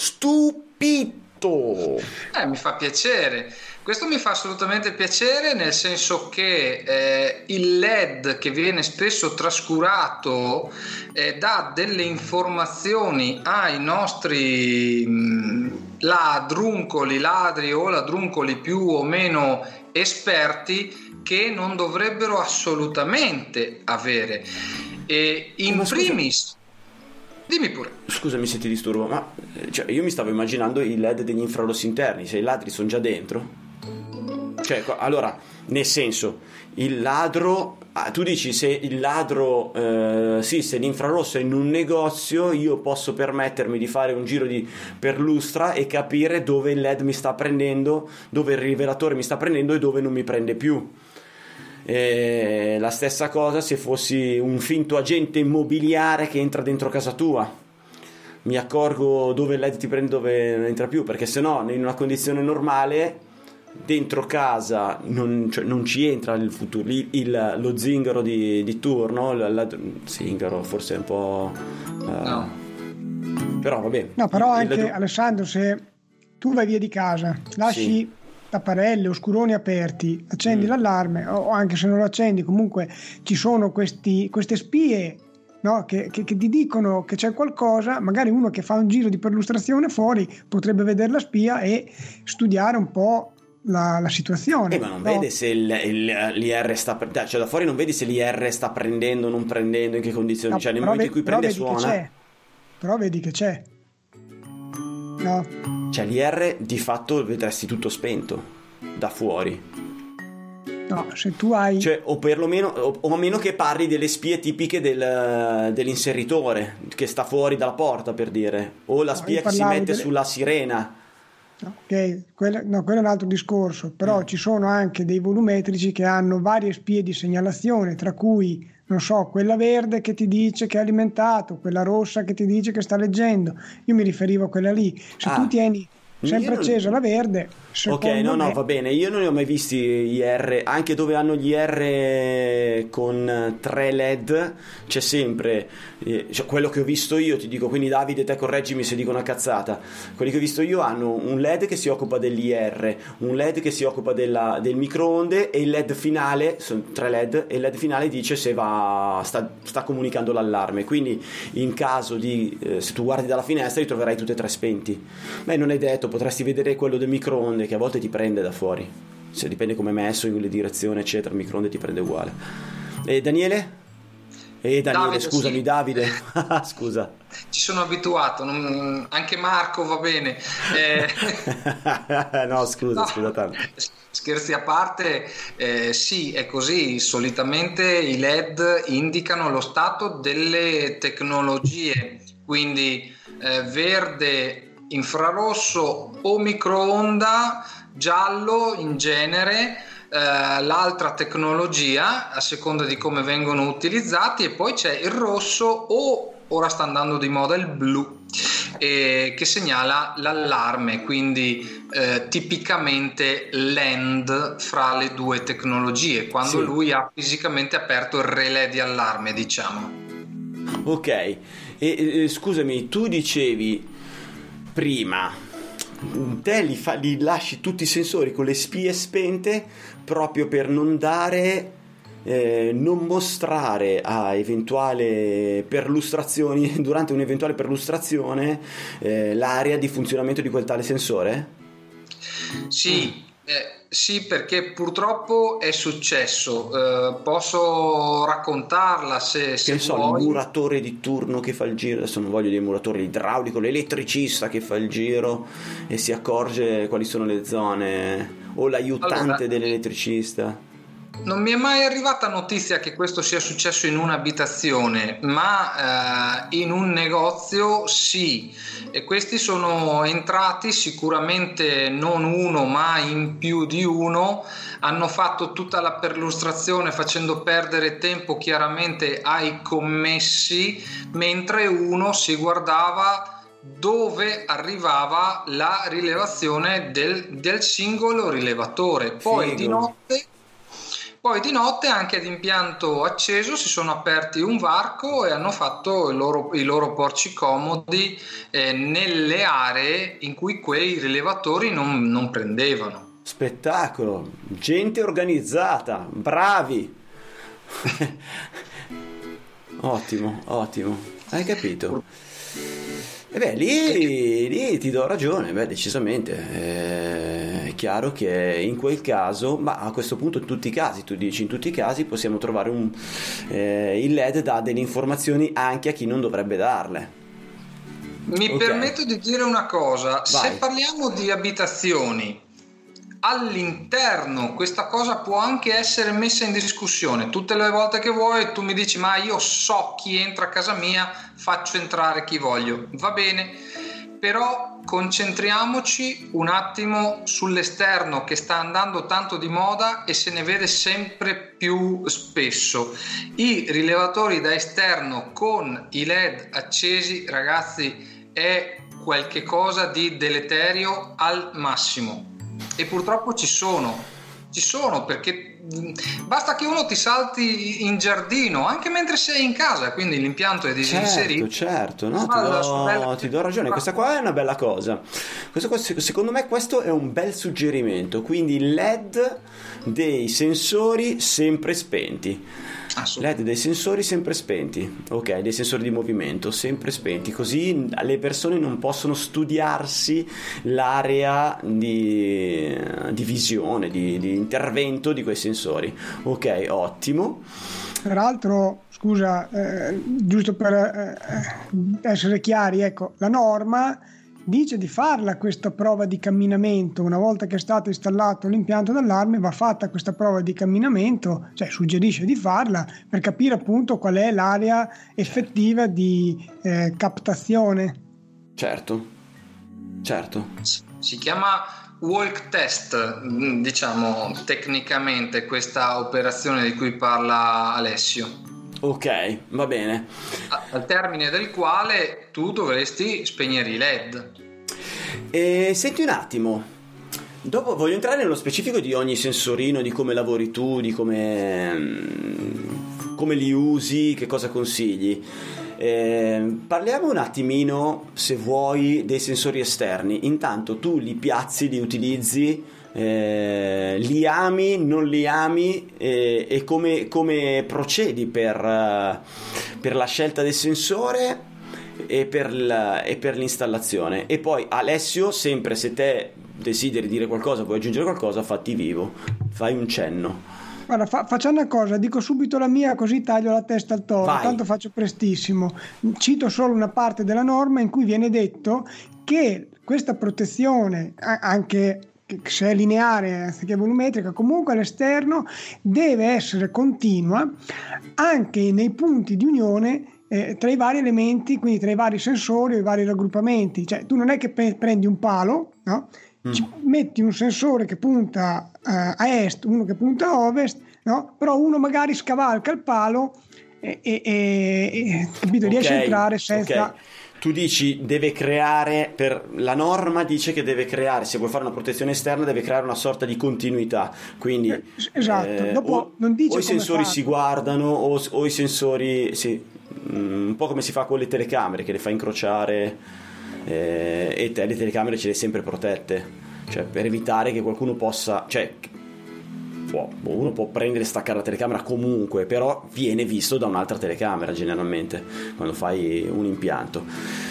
stupito. Eh, mi fa piacere. Questo mi fa assolutamente piacere, nel senso che eh, il L E D che viene spesso trascurato eh, dà delle informazioni ai nostri mh, ladruncoli, ladri o ladruncoli più o meno esperti, che non dovrebbero assolutamente avere. E in Ma scusa, primis... Dimmi pure. Scusami se ti disturbo, ma cioè, io mi stavo immaginando il L E D degli infrarossi interni, se i ladri sono già dentro. Cioè, allora, nel senso, il ladro, ah, tu dici se il ladro, eh, sì, se l'infrarosso è in un negozio, io posso permettermi di fare un giro di perlustra e capire dove il L E D mi sta prendendo, dove il rivelatore mi sta prendendo e dove non mi prende più. E la stessa cosa se fossi un finto agente immobiliare che entra dentro casa tua. Mi accorgo dove il L E D ti prende, dove non entra più, perché se no in una condizione normale dentro casa non, cioè, non ci entra il futuro, il, il, lo zingaro di, di turno. La, la, zingaro forse è un po' uh, no. Però vabbè. No, però il, anche il, Alessandro, se tu vai via di casa, lasci sì. tapparelle, oscuroni aperti, accendi mm. l'allarme, o anche se non lo accendi, comunque ci sono questi, queste spie, no, che, che, che ti dicono che c'è qualcosa. Magari uno che fa un giro di perlustrazione fuori potrebbe vedere la spia e studiare un po' la, la situazione. Eh, ma non no? vede se il, il, l'I R sta pre- cioè da fuori non vedi se l'I R sta prendendo, non prendendo, in che condizioni, no, cioè nel momento in cui prende suona. C'è. Però vedi che c'è. No. Cioè l'I R di fatto vedresti tutto spento da fuori. No, se tu hai... Cioè, o perlomeno, o, o a meno che parli delle spie tipiche del, dell'inseritore che sta fuori dalla porta, per dire, o la spia no, che si mette delle... sulla sirena. Ok, quello, no, quello è un altro discorso, però mm. ci sono anche dei volumetrici che hanno varie spie di segnalazione, tra cui, non so, quella verde che ti dice che è alimentato, quella rossa che ti dice che sta leggendo. Io mi riferivo a quella lì. Se ah. tu tieni sempre non... acceso la verde. Ok, no, no, me... va bene. Io non ne ho mai visti gli R, anche dove hanno gli R con tre L E D c'è sempre, eh, cioè quello che ho visto io, ti dico, quindi Davide te correggimi se dico una cazzata, quelli che ho visto io hanno un L E D che si occupa dell'I R, un L E D che si occupa della, del microonde e il L E D finale, sono tre L E D, e il L E D finale dice se va, sta, sta comunicando l'allarme, quindi in caso di, eh, se tu guardi dalla finestra li troverai tutti e tre spenti. Beh, non è detto, potresti vedere quello del microonde che a volte ti prende da fuori, se dipende come è messo, in quelle direzioni eccetera, il microonde ti prende uguale. E Daniele? E Daniele, Davide, scusami, sì. Davide, scusa. Ci sono abituato, non... anche Marco va bene. Eh... no, scusa, no, scusa tanto. Scherzi a parte, eh, sì, è così. Solitamente i L E D indicano lo stato delle tecnologie, quindi eh, verde, infrarosso o microonda, giallo in genere, eh, l'altra tecnologia a seconda di come vengono utilizzati, e poi c'è il rosso o ora sta andando di moda il blu, eh, che segnala l'allarme, quindi eh, tipicamente l'end fra le due tecnologie, quando sì. lui ha fisicamente aperto il relè di allarme, diciamo. Ok, e, e scusami, tu dicevi prima, te li, fa, li lasci tutti i sensori con le spie spente proprio per non dare, eh, non mostrare a eventuali perlustrazioni, durante un'eventuale perlustrazione, eh, l'area di funzionamento di quel tale sensore? Sì, eh, sì, perché purtroppo è successo. Eh, posso raccontarla se, se che so, vuoi. Il muratore di turno che fa il giro, adesso non voglio dire muratore idraulico, l'elettricista che fa il giro e si accorge quali sono le zone, o l'aiutante allora, dell'elettricista. Non mi è mai arrivata notizia che questo sia successo in un'abitazione, ma eh, in un negozio sì, e questi sono entrati, sicuramente non uno ma in più di uno, hanno fatto tutta la perlustrazione facendo perdere tempo chiaramente ai commessi, mentre uno si guardava dove arrivava la rilevazione del, del singolo rilevatore. Poi Figo. di notte Poi di notte anche ad impianto acceso si sono aperti un varco e hanno fatto i loro, i loro porci comodi eh, nelle aree in cui quei rilevatori non, non prendevano. Spettacolo, gente organizzata, bravi. Ottimo, ottimo, hai capito? E beh, lì, lì ti do ragione, beh, decisamente. Eh, è chiaro che in quel caso, ma a questo punto in tutti i casi, tu dici in tutti i casi possiamo trovare un eh, il L E D dà delle informazioni anche a chi non dovrebbe darle. Mi okay. permetto di dire una cosa: Vai. Se parliamo di abitazioni, all'interno questa cosa può anche essere messa in discussione. Tutte le volte che vuoi tu mi dici ma io so chi entra a casa mia, faccio entrare chi voglio, va bene, però concentriamoci un attimo sull'esterno che sta andando tanto di moda e se ne vede sempre più spesso. I rilevatori da esterno con i L E D accesi, ragazzi, è qualche cosa di deleterio al massimo. E purtroppo ci sono, ci sono perché basta che uno ti salti in giardino anche mentre sei in casa, quindi l'impianto è disinserito. Certo, certo, no, ti, do, bella... ti do ragione, questa qua è una bella cosa. Questo qua, secondo me questo è un bel suggerimento, quindi L E D dei sensori sempre spenti. L E D dei sensori sempre spenti, ok, dei sensori di movimento sempre spenti, così le persone non possono studiarsi l'area di, di visione, di, di intervento di quei sensori. Ok, ottimo. Peraltro, scusa, eh, giusto per eh, essere chiari, ecco, la norma dice di farla questa prova di camminamento. Una volta che è stato installato l'impianto d'allarme va fatta questa prova di camminamento, cioè suggerisce di farla per capire appunto qual è l'area effettiva di eh, captazione. Certo, certo. Si chiama walk test, diciamo tecnicamente, questa operazione di cui parla Alessio. Ok, va bene. Al termine del quale tu dovresti spegnere i L E D. E senti un attimo, dopo voglio entrare nello specifico di ogni sensorino, di come lavori tu, di come, come li usi, che cosa consigli. Eh, parliamo un attimino, se vuoi, dei sensori esterni. Intanto tu li piazzi, li utilizzi, eh, li ami, non li ami, eh, e come, come procedi per, uh, per la scelta del sensore e per, la, e per l'installazione. E poi Alessio, sempre se te desideri dire qualcosa, vuoi aggiungere qualcosa, fatti vivo, fai un cenno. Guarda, fa- facciamo una cosa, dico subito la mia così taglio la testa al toro. Vai. Tanto faccio prestissimo. Cito solo una parte della norma in cui viene detto che questa protezione, a- anche se è lineare anziché volumetrica, comunque all'esterno deve essere continua anche nei punti di unione eh, tra i vari elementi, quindi tra i vari sensori o i vari raggruppamenti. Cioè tu non è che pe- prendi un palo, no? Mm. Ci metti un sensore che punta uh, a est, uno che punta a ovest, no? Però uno magari scavalca il palo e, e, e capito, okay, riesce a entrare senza... Okay. Tu dici deve creare, per la norma dice che deve creare, se vuoi fare una protezione esterna deve creare una sorta di continuità, quindi esatto. eh, Dopo o, non dice o i sensori fatto. si guardano o, o i sensori sì, un po' come si fa con le telecamere che le fa incrociare. Eh, e te le telecamere ce le hai sempre protette, cioè per evitare che qualcuno possa, cioè può, uno può prendere e staccare la telecamera comunque, però viene visto da un'altra telecamera generalmente quando fai un impianto.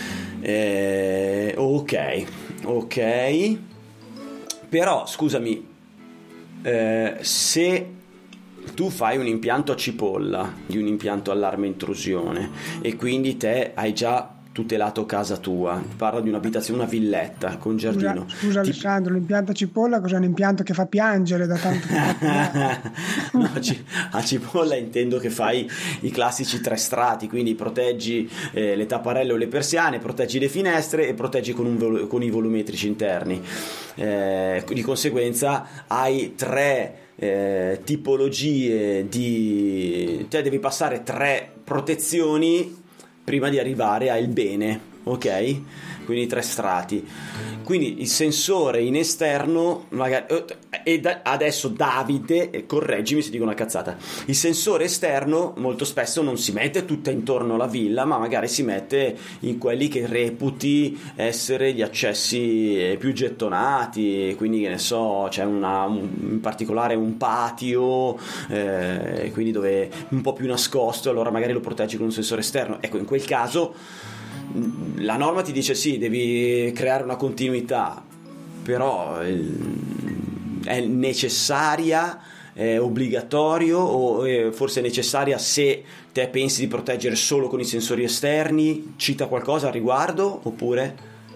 Eh, ok ok però scusami, eh, se tu fai un impianto a cipolla di un impianto allarme intrusione e quindi te hai già tutelato casa tua, parlo di un'abitazione, una villetta con giardino. Scusa, scusa Ti... Alessandro, l'impianto a cipolla cos'è? Un impianto che fa piangere da tanto tempo? No, a cipolla intendo che fai i classici tre strati, quindi proteggi eh, le tapparelle o le persiane, proteggi le finestre e proteggi con, un vol- con i volumetrici interni. Eh, di conseguenza hai tre eh, tipologie di... cioè devi passare tre protezioni prima di arrivare al bene, ok? Quindi tre strati. Quindi il sensore in esterno, magari, e da, adesso Davide, correggimi se dico una cazzata, il sensore esterno molto spesso non si mette tutta intorno alla villa, ma magari si mette in quelli che reputi essere gli accessi più gettonati, quindi che ne so, c'è una, un, in particolare un patio, eh, quindi dove è un po' più nascosto, allora magari lo proteggi con un sensore esterno. Ecco, in quel caso la norma ti dice sì, devi creare una continuità, però è necessaria, è obbligatorio o è forse necessaria se te pensi di proteggere solo con i sensori esterni? Cita qualcosa al riguardo oppure?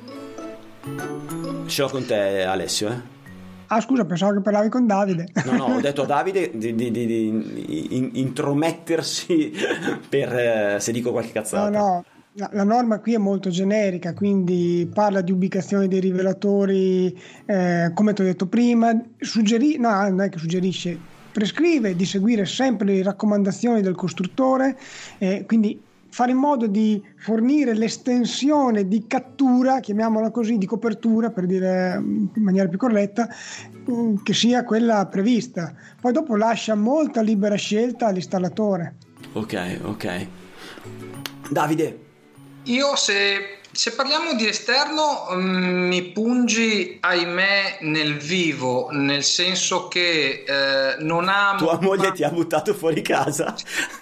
Ce l'ho con te, Alessio, eh? Ah, scusa, pensavo che parlavi con Davide. No, no, ho detto a Davide di, di, di, di in, intromettersi per eh, se dico qualche cazzata. No, no. La, la norma qui è molto generica, quindi parla di ubicazione dei rivelatori, eh, come ti ho detto prima, suggeri- no, non è che suggerisce, prescrive di seguire sempre le raccomandazioni del costruttore, eh, quindi fare in modo di fornire l'estensione di cattura, chiamiamola così, di copertura, per dire in maniera più corretta, che sia quella prevista. Poi dopo lascia molta libera scelta all'installatore. Ok, ok. Davide. Io se, se parliamo di esterno um, mi pungi, ahimè, nel vivo, nel senso che eh, non amo... Tua moglie ti ha buttato fuori casa?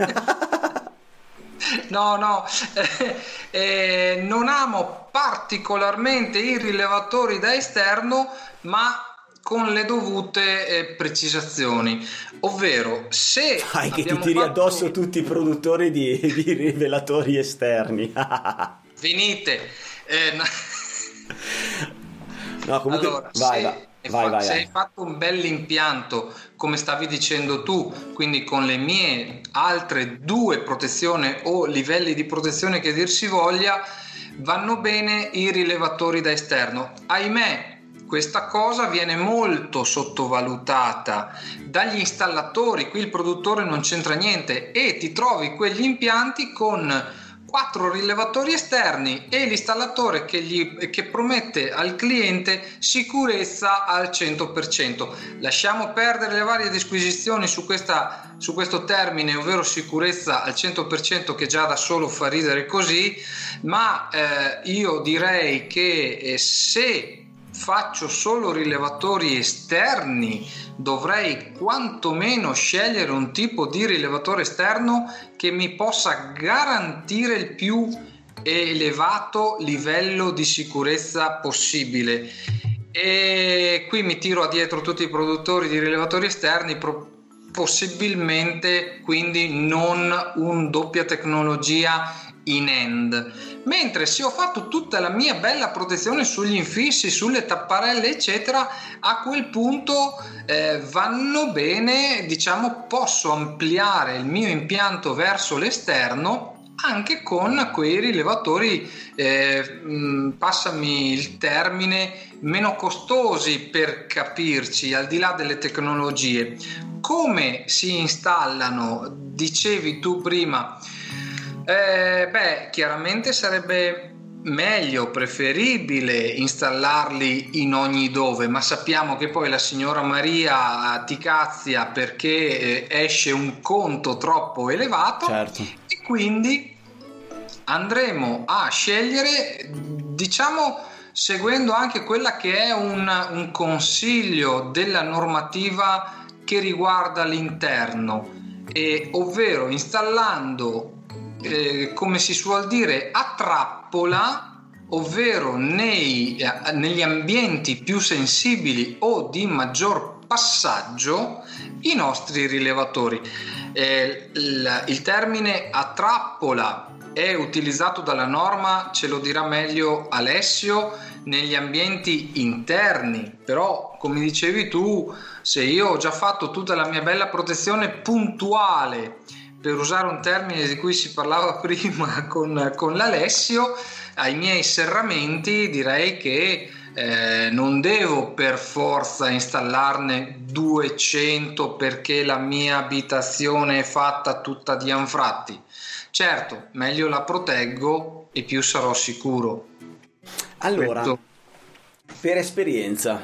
No, no, eh, eh, non amo particolarmente i rilevatori da esterno, ma con le dovute eh, precisazioni, ovvero se Dai, che ti tiri fatto... addosso tutti i produttori di, di rivelatori esterni. Venite eh, no. No, comunque allora, vai, se, vai, vai, fa- vai, se vai. hai fatto un bell'impianto come stavi dicendo tu, quindi con le mie altre due protezioni o livelli di protezione che dir si voglia, vanno bene i rilevatori da esterno. Ahimè, questa cosa viene molto sottovalutata dagli installatori, qui il produttore non c'entra niente e ti trovi quegli impianti con quattro rilevatori esterni e l'installatore che, gli, che promette al cliente sicurezza al cento per cento. Lasciamo perdere le varie disquisizioni su, questa, su questo termine, ovvero sicurezza al cento per cento, che già da solo fa ridere così, ma eh, io direi che eh, se faccio solo rilevatori esterni dovrei quantomeno scegliere un tipo di rilevatore esterno che mi possa garantire il più elevato livello di sicurezza possibile, e qui mi tiro addietro tutti i produttori di rilevatori esterni, pro- possibilmente quindi non un doppia tecnologia in end. Mentre se ho fatto tutta la mia bella protezione sugli infissi, sulle tapparelle eccetera, a quel punto eh, vanno bene, diciamo, posso ampliare il mio impianto verso l'esterno anche con quei rilevatori eh, mh, passami il termine, meno costosi, per capirci, al di là delle tecnologie. Come si installano? Dicevi tu prima. Eh, beh, chiaramente sarebbe meglio, preferibile installarli in ogni dove, ma sappiamo che poi la signora Maria ti cazzia perché eh, esce un conto troppo elevato, certo. E quindi andremo a scegliere, diciamo, seguendo anche quella che è un, un consiglio della normativa che riguarda l'interno, e, ovvero installando Eh, come si suol dire a trappola, ovvero nei, eh, negli ambienti più sensibili o di maggior passaggio, i nostri rilevatori. Eh, il, il termine a trappola è utilizzato dalla norma, ce lo dirà meglio Alessio, negli ambienti interni, però come dicevi tu, se io ho già fatto tutta la mia bella protezione puntuale, per usare un termine di cui si parlava prima con, con l'Alessio, ai miei serramenti, direi che eh, non devo per forza installarne duecento perché la mia abitazione è fatta tutta di anfratti. Certo, meglio la proteggo e più sarò sicuro. Allora, Questo. Per esperienza,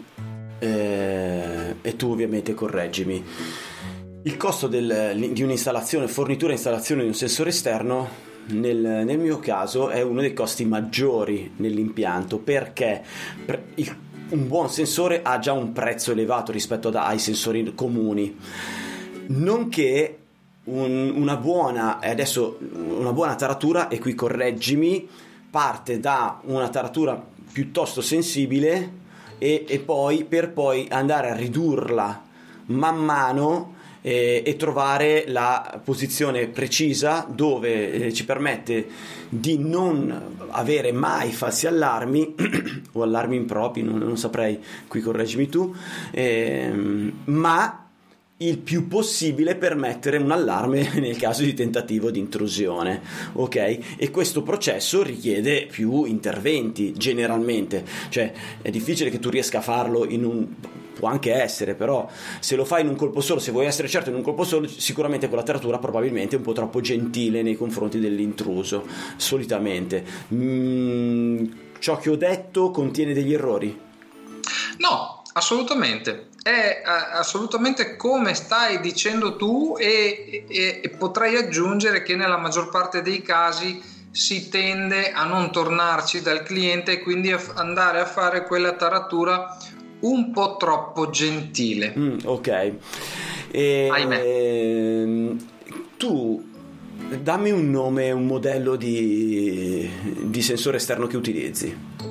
eh, e tu ovviamente correggimi, il costo del, di un'installazione, fornitura e installazione di un sensore esterno nel, nel mio caso è uno dei costi maggiori nell'impianto, perché il, un buon sensore ha già un prezzo elevato rispetto ad, ai sensori comuni, nonché un, una buona, adesso una buona taratura, e qui correggimi, parte da una taratura piuttosto sensibile e, e poi per poi andare a ridurla man mano e, e trovare la posizione precisa dove eh, ci permette di non avere mai falsi allarmi o allarmi impropri, non, non saprei, qui correggimi tu, ehm, ma il più possibile per mettere un allarme nel caso di tentativo di intrusione, ok? E questo processo richiede più interventi generalmente, cioè è difficile che tu riesca a farlo in un, può anche essere, però se lo fai in un colpo solo, se vuoi essere certo in un colpo solo, sicuramente quella taratura probabilmente è un po' troppo gentile nei confronti dell'intruso, solitamente. Mm, ciò che ho detto contiene degli errori? No, assolutamente. È assolutamente come stai dicendo tu, e, e, e potrei aggiungere che nella maggior parte dei casi si tende a non tornarci dal cliente e quindi a f- andare a fare quella taratura un po' troppo gentile. Mm, ok. E, Ahimè. E, tu dammi un nome, un modello di, di sensore esterno che utilizzi.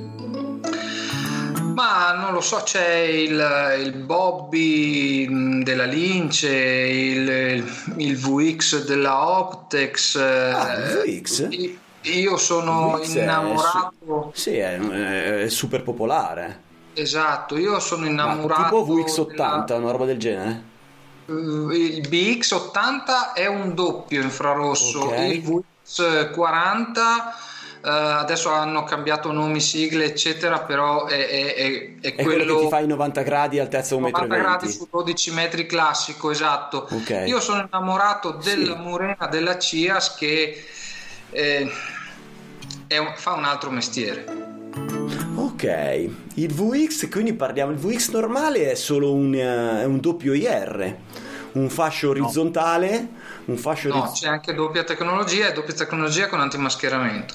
Ma non lo so, c'è il, il Bobby della Lince, il, il V X della Optex. Ah, il V X? Io sono V X innamorato. È su- sì, è, è super popolare. Esatto, io sono innamorato. Ma tipo V X ottanta, della... una roba del genere? Il B X ottanta è un doppio infrarosso, Okay. il V X quaranta Uh, adesso hanno cambiato nomi, sigle eccetera, però è, è, è, è, È quello che ti fa i novanta gradi, altezza un metro e novanta gradi venti. su dodici metri classico, esatto. Okay. Io sono innamorato della Sì. Murena della C I A S, che eh, è un, fa un altro mestiere. Ok, il V X, quindi parliamo, il V X normale è solo un, uh, un doppio I R, un fascio orizzontale, no. un fascio no, orizz- c'è anche doppia tecnologia e doppia tecnologia con antimascheramento.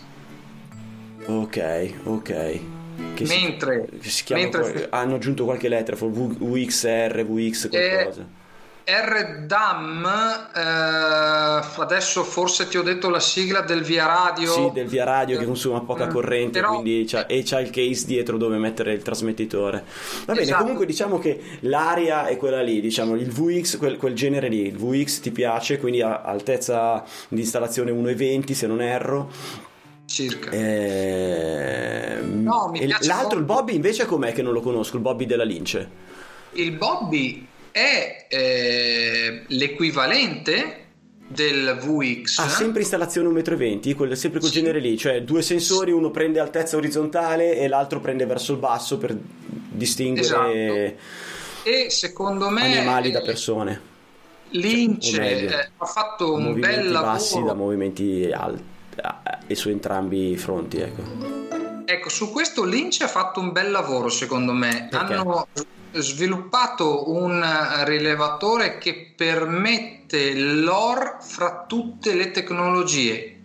Ok, ok. Che mentre, si, che si chiama mentre poi, hanno aggiunto qualche lettera, V X R, V X qualcosa. R D A M, eh, adesso forse ti ho detto la sigla del via radio. Sì, del via radio che consuma poca corrente, Però, quindi c'ha, e c'ha il case dietro dove mettere il trasmettitore. Va bene, esatto. Comunque diciamo che l'area è quella lì, diciamo il V X, quel, quel genere lì, il V X ti piace, quindi ha altezza di installazione uno virgola venti se non erro. Circa. Eh, no, mi e piace l'altro, molto. Il Bobby invece com'è che non lo conosco, il Bobby della Lince? Il Bobby è eh, l'equivalente del V X. Ah, sempre installazione uno virgola venti, quel, sempre quel sì. genere lì, cioè due sensori, uno prende altezza orizzontale e l'altro prende verso il basso per distinguere esatto. E secondo me animali da persone. Lince meglio, eh, ha fatto un movimenti bel lavoro bassi da movimenti alti e su entrambi i fronti, ecco. Ecco, su questo Lince ha fatto un bel lavoro secondo me. Perché? Hanno sviluppato un rilevatore che permette l'O R fra tutte le tecnologie,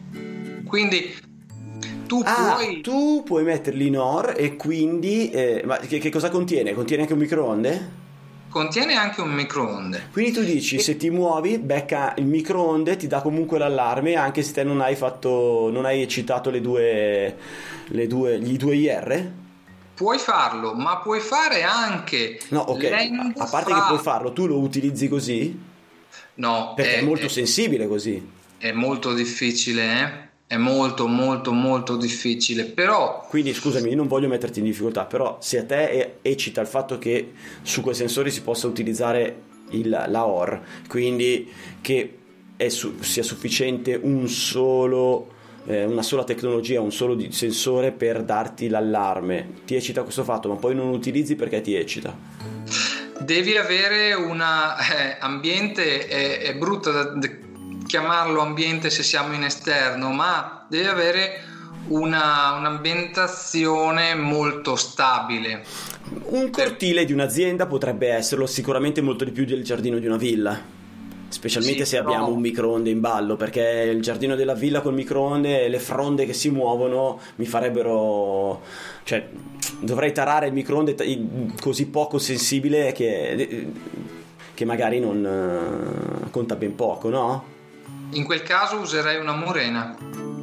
quindi tu ah, puoi tu puoi metterli in O R e quindi eh, ma che, che cosa contiene? Contiene anche un microonde? contiene anche un microonde, Quindi tu dici e... se ti muovi becca il microonde, ti dà comunque l'allarme anche se te non hai fatto non hai eccitato le due le due gli due I R? Puoi farlo, ma puoi fare anche no, ok, a, a parte fra... che puoi farlo, tu lo utilizzi così? No, perché è, è molto è, sensibile così. È molto difficile, eh? È molto molto molto difficile, però quindi scusami, io non voglio metterti in difficoltà, però se a te eccita il fatto che su quei sensori si possa utilizzare il, la O R, quindi che è su, sia sufficiente un solo eh, una sola tecnologia, un solo di, sensore per darti l'allarme, ti eccita questo fatto, ma poi non lo utilizzi perché ti eccita? Devi avere una eh, ambiente è, è brutto da, da chiamarlo ambiente se siamo in esterno, ma devi avere una, un'ambientazione molto stabile. Un cortile di un'azienda potrebbe esserlo, sicuramente molto di più del giardino di una villa, specialmente sì, se però... abbiamo un microonde in ballo, perché il giardino della villa col microonde e le fronde che si muovono mi farebbero, cioè dovrei tarare il microonde così poco sensibile che, che magari non uh, conta ben poco, no? In quel caso userei una Murena.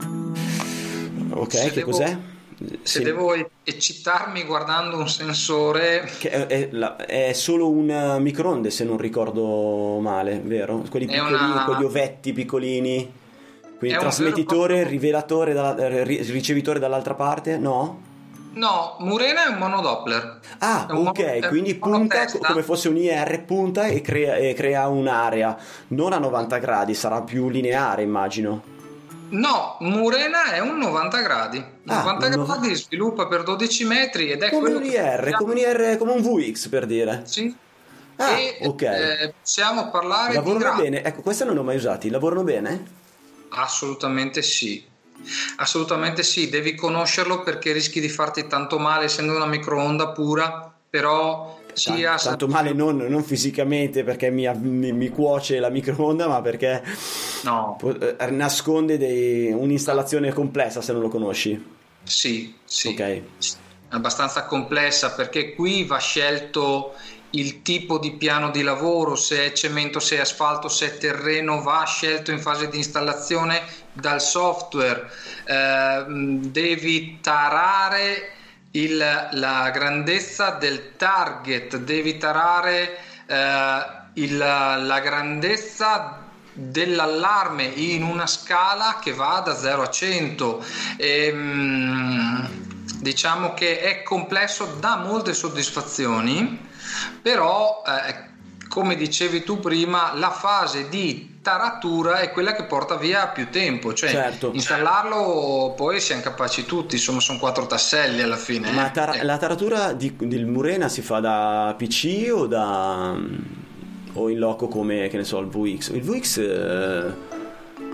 Ok, se che devo, cos'è? Se sì. devo eccitarmi guardando un sensore, che è, è, la, è solo un microonde se non ricordo male, vero? Quelli piccolini, una... quegli ovetti piccolini, quindi è trasmettitore, proprio... rivelatore, dalla, ricevitore dall'altra parte, no? No, Murena è un monodoppler. Ah, un ok, mono, quindi punta monotesta. come fosse un I R, punta e crea, e crea un'area, non a novanta gradi, sarà più lineare immagino. No, Murena è un novanta gradi. Ah, novanta un gradi novanta... sviluppa per dodici metri ed è come quello un I R, che come un I R, come un V X per dire. Sì. Ah, e, ok. Eh, possiamo parlare lavorano di gradi. bene, ecco, questa non l'ho mai usati, lavorano bene? Assolutamente sì. Assolutamente sì, devi conoscerlo perché rischi di farti tanto male essendo una microonda pura, però sia tanto, tanto male non, non fisicamente perché mi, mi, mi cuoce la microonda, ma perché no. eh, nasconde dei, un'installazione complessa se non lo conosci. Sì, sì. Ok. Abbastanza complessa perché qui va scelto il tipo di piano di lavoro, se è cemento, se è asfalto, se è terreno, va scelto in fase di installazione dal software. Eh, devi tarare il, la grandezza del target, devi tarare eh, il, la grandezza dell'allarme in una scala che va da zero a cento. E, mh, diciamo che è complesso, dà molte soddisfazioni, però eh, come dicevi tu prima, la fase di taratura è quella che porta via più tempo, cioè certo. installarlo poi siamo capaci tutti, insomma sono quattro tasselli alla fine. Ma tar- eh. la taratura di, del Murena si fa da P C o da o in loco come, che ne so, il V X? Il V X eh,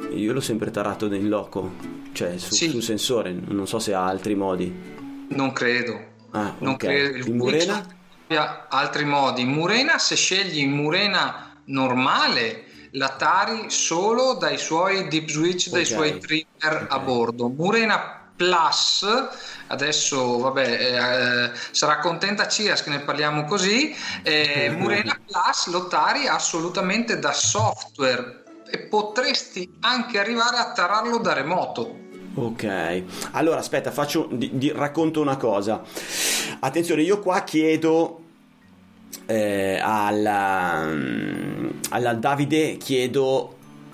io l'ho sempre tarato in loco, cioè su, sì. sul sensore, non so se ha altri modi. Non credo. Ah, non okay. credo. Il in Murena? abbia altri modi. In Murena, se scegli in Murena normale, la tari solo dai suoi deep switch, dai okay. suoi trimmer okay. a bordo. Murena Plus, adesso vabbè eh, sarà contenta Cias che ne parliamo così, eh, Murena Plus lo tari assolutamente da software e potresti anche arrivare a tararlo da remoto. Ok, allora aspetta, faccio di, di, racconto una cosa. Attenzione, io qua chiedo eh, alla, alla Davide chiedo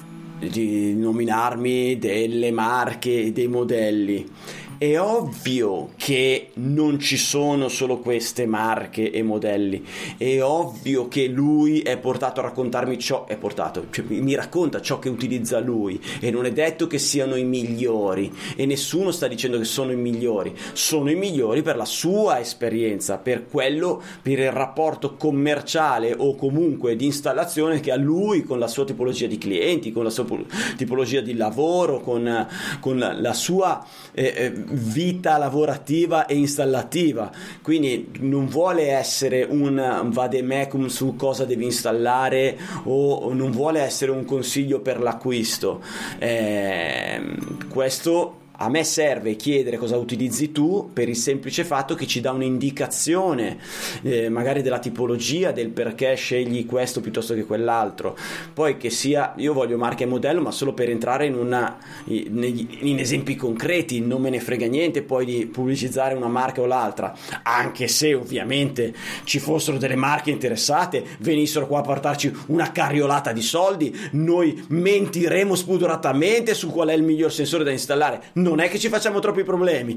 di nominarmi delle marche, dei modelli. È ovvio che non ci sono solo queste marche e modelli, è ovvio che lui è portato a raccontarmi ciò, è portato, cioè mi racconta ciò che utilizza lui, e non è detto che siano i migliori, e nessuno sta dicendo che sono i migliori, sono i migliori per la sua esperienza, per quello, per il rapporto commerciale o comunque di installazione che ha lui con la sua tipologia di clienti, con la sua tipologia di lavoro, con, con la sua eh, vita lavorativa e installativa. Quindi non vuole essere un vademecum su cosa devi installare, o non vuole essere un consiglio per l'acquisto. Eh, questo a me serve chiedere cosa utilizzi tu, per il semplice fatto che ci dà un'indicazione eh, magari della tipologia, del perché scegli questo piuttosto che quell'altro. Poi che sia, io voglio marca e modello, ma solo per entrare in una in, in esempi concreti, non me ne frega niente poi di pubblicizzare una marca o l'altra, anche se ovviamente ci fossero delle marche interessate, venissero qua a portarci una carriolata di soldi, noi mentiremo spudoratamente su qual è il miglior sensore da installare. Non è che ci facciamo troppi problemi.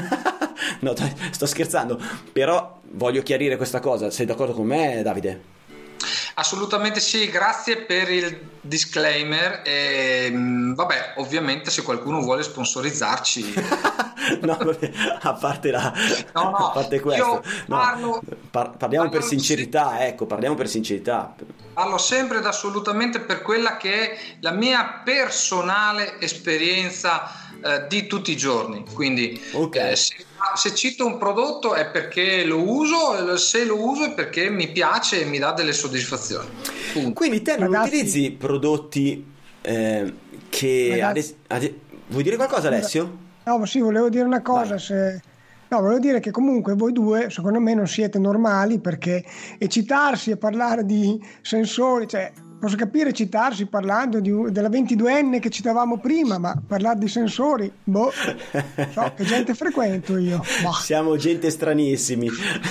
No, sto scherzando, però voglio chiarire questa cosa. Sei d'accordo con me, Davide? Assolutamente sì, grazie per il disclaimer. E, vabbè, ovviamente se qualcuno vuole sponsorizzarci no, vabbè, a parte la no, no, a parte questo, no, parlo, par- parliamo per sincerità, sempre, ecco, parliamo per sincerità. Parlo sempre ed assolutamente per quella che è la mia personale esperienza eh, di tutti i giorni. Quindi okay. eh, se, se cito un prodotto è perché lo uso, se lo uso è perché mi piace e mi dà delle soddisfazioni. Punto. Quindi te non Ragazzi, utilizzi prodotti eh, che ades- ades- vuoi dire qualcosa, Alessio? No, sì, volevo dire una cosa. Se... No, volevo dire che comunque voi due, secondo me, non siete normali, perché ecitarsi e parlare di sensori, cioè posso capire citarsi parlando di, della ventiduenne che citavamo prima, ma parlare di sensori, boh, so che gente frequento io. Boh. Siamo gente stranissimi.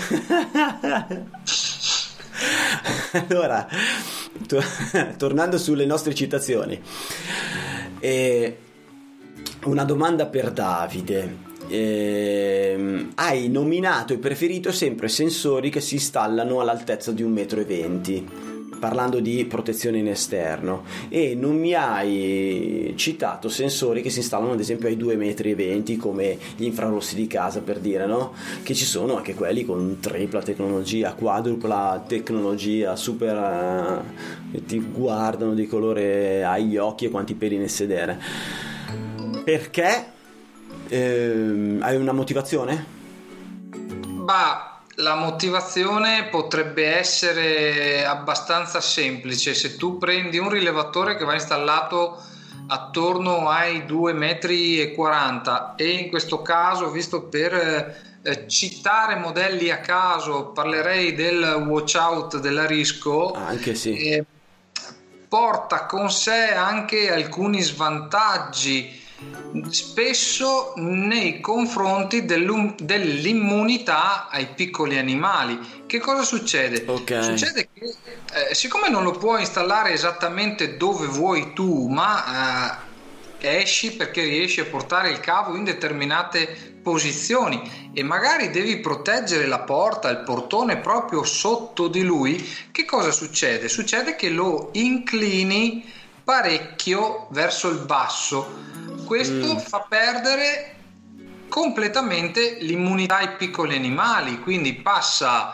Allora, to- tornando sulle nostre citazioni, eh, una domanda per Davide. Eh, hai nominato e preferito sempre sensori che si installano all'altezza di un metro e venti, parlando di protezione in esterno, e non mi hai citato sensori che si installano ad esempio ai due metri e venti, come gli infrarossi di casa, per dire, no? Che ci sono anche quelli con tripla tecnologia, quadrupla tecnologia, super eh, ti guardano di colore agli occhi e quanti peli nel sedere. Perché? Eh, hai una motivazione? Bah, la motivazione potrebbe essere abbastanza semplice. Se tu prendi un rilevatore che va installato attorno ai due metri e quaranta, e in questo caso, visto per eh, citare modelli a caso, parlerei del watch out della Risco, anche sì. eh, porta con sé anche alcuni svantaggi, spesso nei confronti dell'immunità ai piccoli animali. Che cosa succede? Okay. Succede che eh, siccome non lo puoi installare esattamente dove vuoi tu, ma eh, esci perché riesci a portare il cavo in determinate posizioni e magari devi proteggere la porta, il portone proprio sotto di lui, che cosa succede? Succede che lo inclini parecchio verso il basso. Questo mm. fa perdere completamente l'immunità ai piccoli animali, quindi passa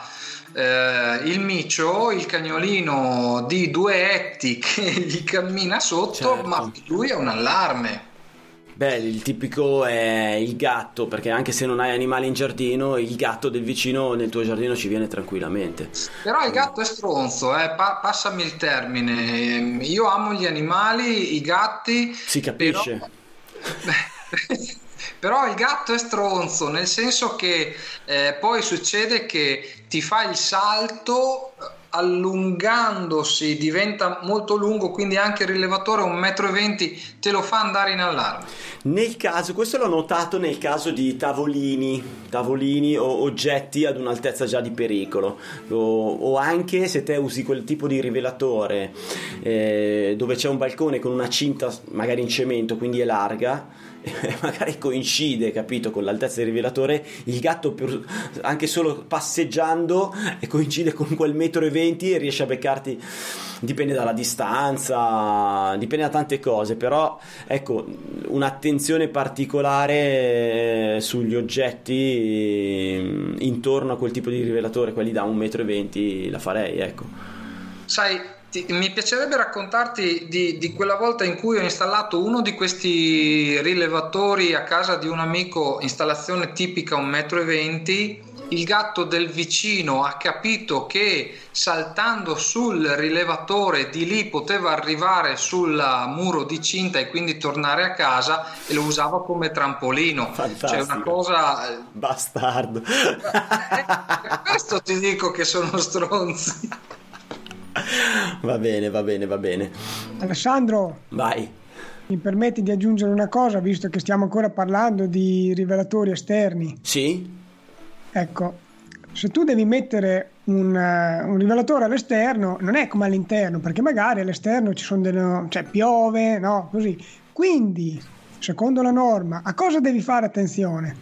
eh, il micio, il cagnolino di due etti che gli cammina sotto, certo. Ma lui è un allarme. Beh, il tipico è il gatto, perché anche se non hai animali in giardino, il gatto del vicino nel tuo giardino ci viene tranquillamente. Però il gatto è stronzo, eh? pa- passami il termine. Io amo gli animali, i gatti. Si capisce. Però... Però il gatto è stronzo, nel senso che eh, poi succede che ti fa il salto, allungandosi diventa molto lungo, quindi anche il rilevatore un metro e venti te lo fa andare in allarme. Nel caso, questo l'ho notato nel caso di tavolini, tavolini o oggetti ad un'altezza già di pericolo, o, o anche se te usi quel tipo di rivelatore eh, dove c'è un balcone con una cinta magari in cemento, quindi è larga, magari coincide, capito, con l'altezza del rivelatore, il gatto per, anche solo passeggiando e coincide con quel metro e venti e riesce a beccarti, dipende dalla distanza, dipende da tante cose, però ecco, un'attenzione particolare sugli oggetti intorno a quel tipo di rivelatore, quelli da un metro e venti la farei, ecco. Sai, ti, mi piacerebbe raccontarti di, di quella volta in cui ho installato uno di questi rilevatori a casa di un amico, installazione tipica un metro e venti. Il gatto del vicino ha capito che saltando sul rilevatore di lì poteva arrivare sul muro di cinta e quindi tornare a casa, e lo usava come trampolino. Fantastico. Cioè una cosa bastardo. Eh, per questo ti dico che sono stronzi. Va bene, va bene, va bene. Alessandro, vai. Mi permetti di aggiungere una cosa, visto che stiamo ancora parlando di rivelatori esterni? Sì? Ecco, se tu devi mettere un, uh, un rivelatore all'esterno, non è come all'interno, perché magari all'esterno ci sono delle, cioè piove, no, così. Quindi, secondo la norma, a cosa devi fare attenzione?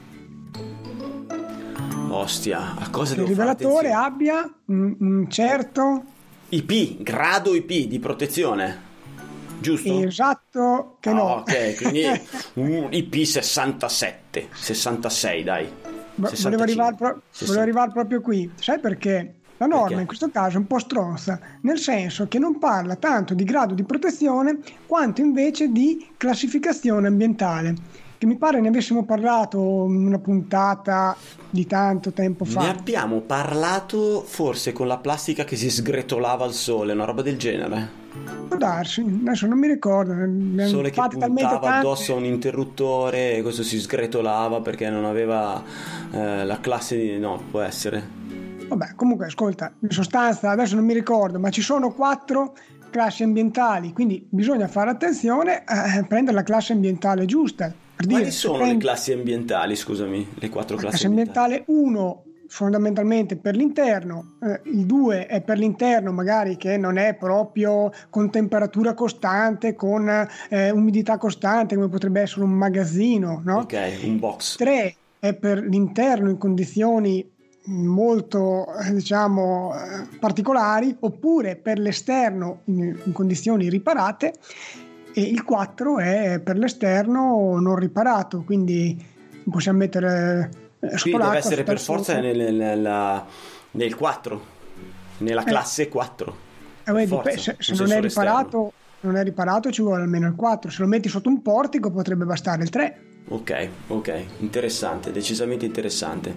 Ostia, a cosa che devo il fare rivelatore attenzione? abbia un, un certo I P, grado I P di protezione, giusto? esatto che Ah, no. ok, quindi un I P sessantasette, sessantasei, dai. Volevo arrivare, pro- volevo arrivare proprio qui, sai perché? La norma Perché? in questo caso è un po' stronza, nel senso che non parla tanto di grado di protezione quanto invece di classificazione ambientale, che mi pare ne avessimo parlato in una puntata di tanto tempo fa. Ne abbiamo parlato forse con la plastica che si sgretolava al sole, una roba del genere. Può darsi, adesso non mi ricordo. Il sole che puntava addosso a un interruttore e questo si sgretolava perché non aveva eh, la classe di... no, può essere. Vabbè, comunque ascolta, in sostanza adesso non mi ricordo, ma ci sono quattro classi ambientali, quindi bisogna fare attenzione a prendere la classe ambientale giusta. Per Quali dire, sono prendi... le classi ambientali, scusami, le quattro la classi classe ambientale uno fondamentalmente per l'interno, eh, il due è per l'interno magari che non è proprio con temperatura costante, con eh, umidità costante come potrebbe essere un magazzino, no? Ok, un box. tre è per l'interno in condizioni molto eh, diciamo eh, particolari, oppure per l'esterno in, in condizioni riparate, e il quattro è per l'esterno non riparato, quindi possiamo mettere eh, Quindi deve essere per forza nel, nel, nella, nel quattro, nella classe eh. quattro. Eh, vedi, forza, se se non è riparato non è riparato ci vuole almeno il quattro, se lo metti sotto un portico potrebbe bastare il tre. Ok, ok, interessante, decisamente interessante.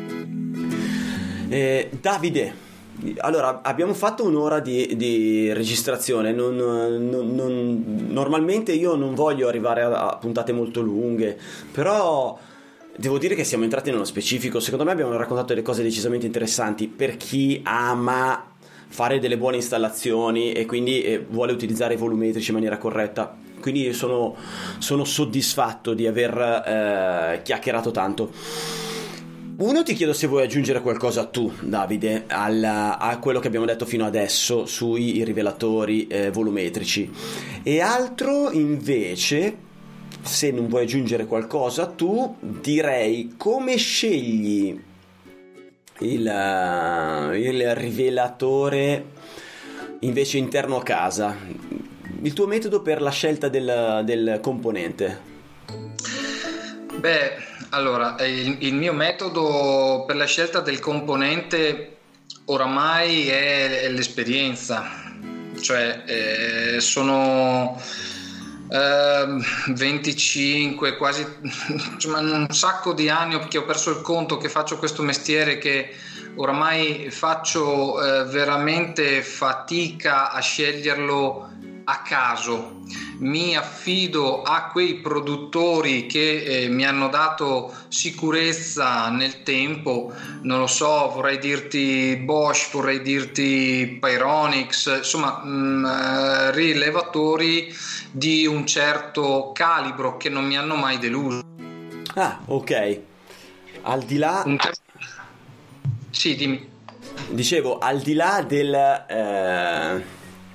Eh, Davide, allora abbiamo fatto un'ora di, di registrazione, non, non, non, normalmente io non voglio arrivare a, a puntate molto lunghe, però devo dire che siamo entrati nello specifico. Secondo me abbiamo raccontato delle cose decisamente interessanti per chi ama fare delle buone installazioni e quindi eh, vuole utilizzare i volumetrici in maniera corretta. Quindi sono, sono soddisfatto di aver eh, chiacchierato tanto. Uno, ti chiedo se vuoi aggiungere qualcosa tu, Davide, al, a quello che abbiamo detto fino adesso sui rivelatori eh, volumetrici, e altro invece, se non vuoi aggiungere qualcosa tu, direi come scegli il, il rivelatore invece interno a casa, il tuo metodo per la scelta del, del componente. Beh, allora, il, il mio metodo per la scelta del componente oramai è, è l'esperienza, cioè eh, sono eh, venticinque, quasi cioè, un sacco di anni che ho perso il conto che faccio questo mestiere, che oramai faccio eh, veramente fatica a sceglierlo a caso. Mi affido a quei produttori che eh, mi hanno dato sicurezza nel tempo, non lo so, vorrei dirti Bosch, vorrei dirti Pyronix, insomma mh, rilevatori di un certo calibro che non mi hanno mai deluso. Ah, ok. Al di là... Sì, dimmi. Dicevo, al di là del... Eh...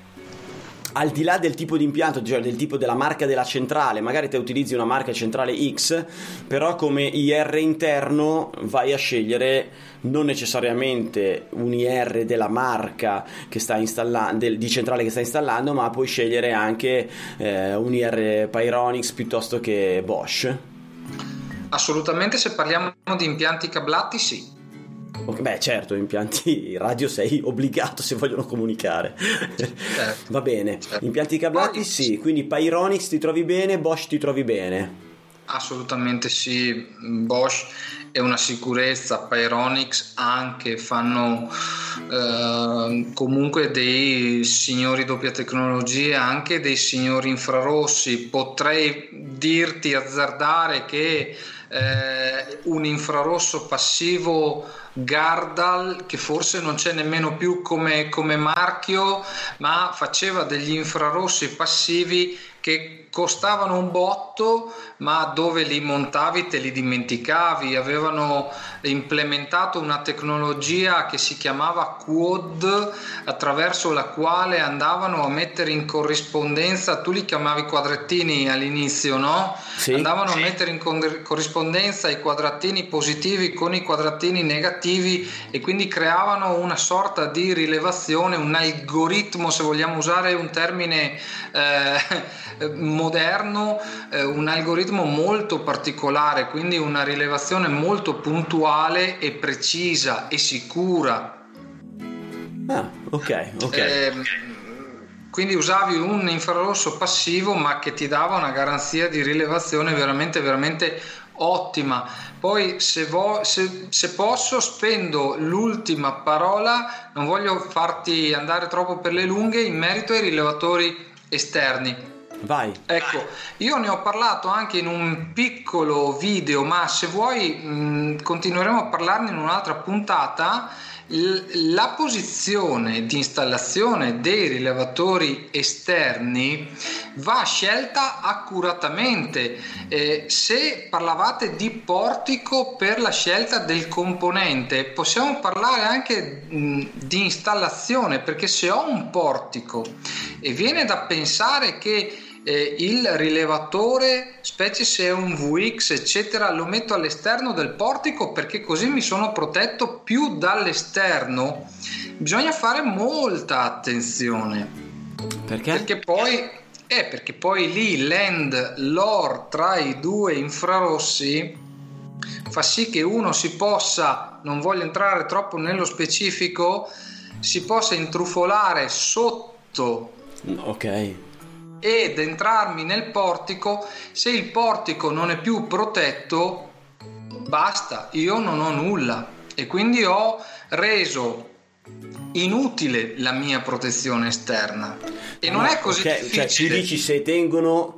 al di là del tipo di impianto, cioè del tipo della marca della centrale, magari te utilizzi una marca centrale X, però come I R interno vai a scegliere non necessariamente un I R della marca che sta installando, di centrale che sta installando, ma puoi scegliere anche eh, un I R Pyronix piuttosto che Bosch. Assolutamente, se parliamo di impianti cablati, sì. Okay, beh, certo, impianti radio sei obbligato se vogliono comunicare. Certo. Va bene, certo. Impianti cablati Poi, sì, quindi Pyronix ti trovi bene, Bosch ti trovi bene? Assolutamente sì, Bosch è una sicurezza, Pyronix anche, fanno eh, comunque dei signori doppia tecnologia, anche dei signori infrarossi. Potrei dirti, azzardare che eh, un infrarosso passivo Gardal, che forse non c'è nemmeno più come, come marchio, ma faceva degli infrarossi passivi che costavano un botto, ma dove li montavi te li dimenticavi. Avevano implementato una tecnologia che si chiamava Quad, attraverso la quale andavano a mettere in corrispondenza, tu li chiamavi quadrettini all'inizio, no? Sì, andavano sì. a mettere in corrispondenza i quadratini positivi con i quadratini negativi, e quindi creavano una sorta di rilevazione, un algoritmo, se vogliamo usare un termine eh, moderno, eh, un algoritmo molto particolare, quindi una rilevazione molto puntuale e precisa e sicura. Ah, ok, ok. Eh, quindi usavi un infrarosso passivo, ma che ti dava una garanzia di rilevazione veramente veramente ottima. Poi se, vo- se, se posso spendo l'ultima parola, non voglio farti andare troppo per le lunghe, in merito ai rilevatori esterni. Vai. Ecco, io ne ho parlato anche in un piccolo video, ma se vuoi mh, continueremo a parlarne in un'altra puntata. L- la posizione di installazione dei rilevatori esterni va scelta accuratamente. Eh, se parlavate di portico per la scelta del componente, possiamo parlare anche mh, di installazione, perché se ho un portico e viene da pensare che Eh, il rilevatore, specie se è un V X eccetera, lo metto all'esterno del portico perché così mi sono protetto più dall'esterno, bisogna fare molta attenzione. Perché? Perché poi eh, perché poi lì l'end l'or tra i due infrarossi fa sì che uno si possa, non voglio entrare troppo nello specifico, si possa intrufolare sotto, ok, ed entrarmi nel portico. Se il portico non è più protetto, basta, io non ho nulla, e quindi ho reso inutile la mia protezione esterna. E non è così okay, difficile. Cioè, tu dici se tengono,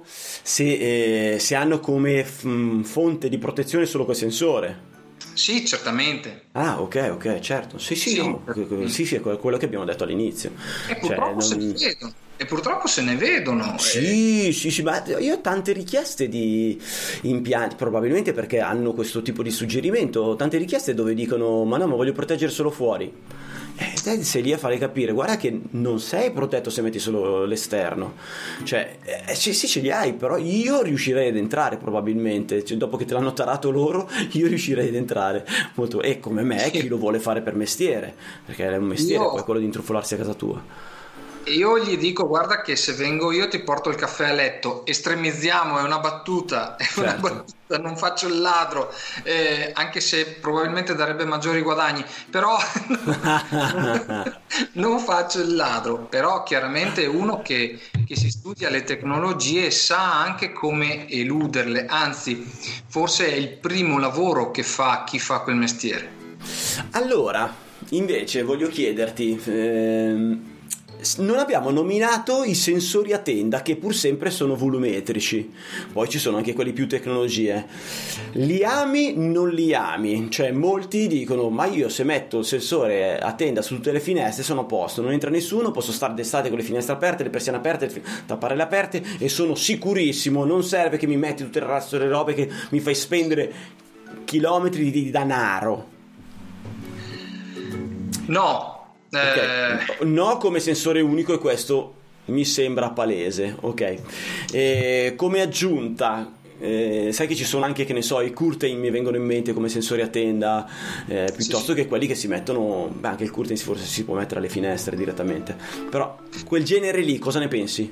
se, eh, se hanno come f- fonte di protezione solo quel sensore. Sì, certamente. Ah, ok, ok, certo. Sì, sì, sì, no. sì, sì, è quello che abbiamo detto all'inizio. E purtroppo cioè, se non... ne vedono. E purtroppo se ne vedono. Sì, eh. sì, sì, ma io ho tante richieste di impianti, probabilmente perché hanno questo tipo di suggerimento, tante richieste dove dicono ma no, ma voglio proteggere solo fuori. E te sei lì a fare capire, guarda che non sei protetto se metti solo l'esterno. Cioè, eh, sì, sì, ce li hai, però io riuscirei ad entrare probabilmente, cioè, dopo che te l'hanno tarato loro, io riuscirei ad entrare molto. E come me, sì. Chi lo vuole fare per mestiere, perché è un mestiere, io... poi quello di intrufolarsi a casa tua. Io gli dico: guarda che se vengo io ti porto il caffè a letto. Estremizziamo, è una battuta, è una Certo. battuta, non faccio il ladro, eh, anche se probabilmente darebbe maggiori guadagni, però non faccio il ladro. Però chiaramente uno che, che si studia le tecnologie sa anche come eluderle, anzi forse è il primo lavoro che fa chi fa quel mestiere. Allora, invece voglio chiederti, ehm, non abbiamo nominato i sensori a tenda, che pur sempre sono volumetrici, poi ci sono anche quelli più tecnologie. Li ami, non li ami? Cioè molti dicono: ma io se metto il sensore a tenda su tutte le finestre sono a posto, non entra nessuno, posso stare d'estate con le finestre aperte, le persiane aperte, le tapparelle aperte e sono sicurissimo, non serve che mi metti tutte le razze delle robe che mi fai spendere chilometri di denaro. No. Okay. No, come sensore unico, e questo mi sembra palese. Ok. E come aggiunta, eh, sai che ci sono anche, che ne so, i curtain mi vengono in mente come sensori a tenda, eh, piuttosto sì, che quelli che si mettono. Beh, anche il curtain forse si può mettere alle finestre direttamente, però quel genere lì cosa ne pensi?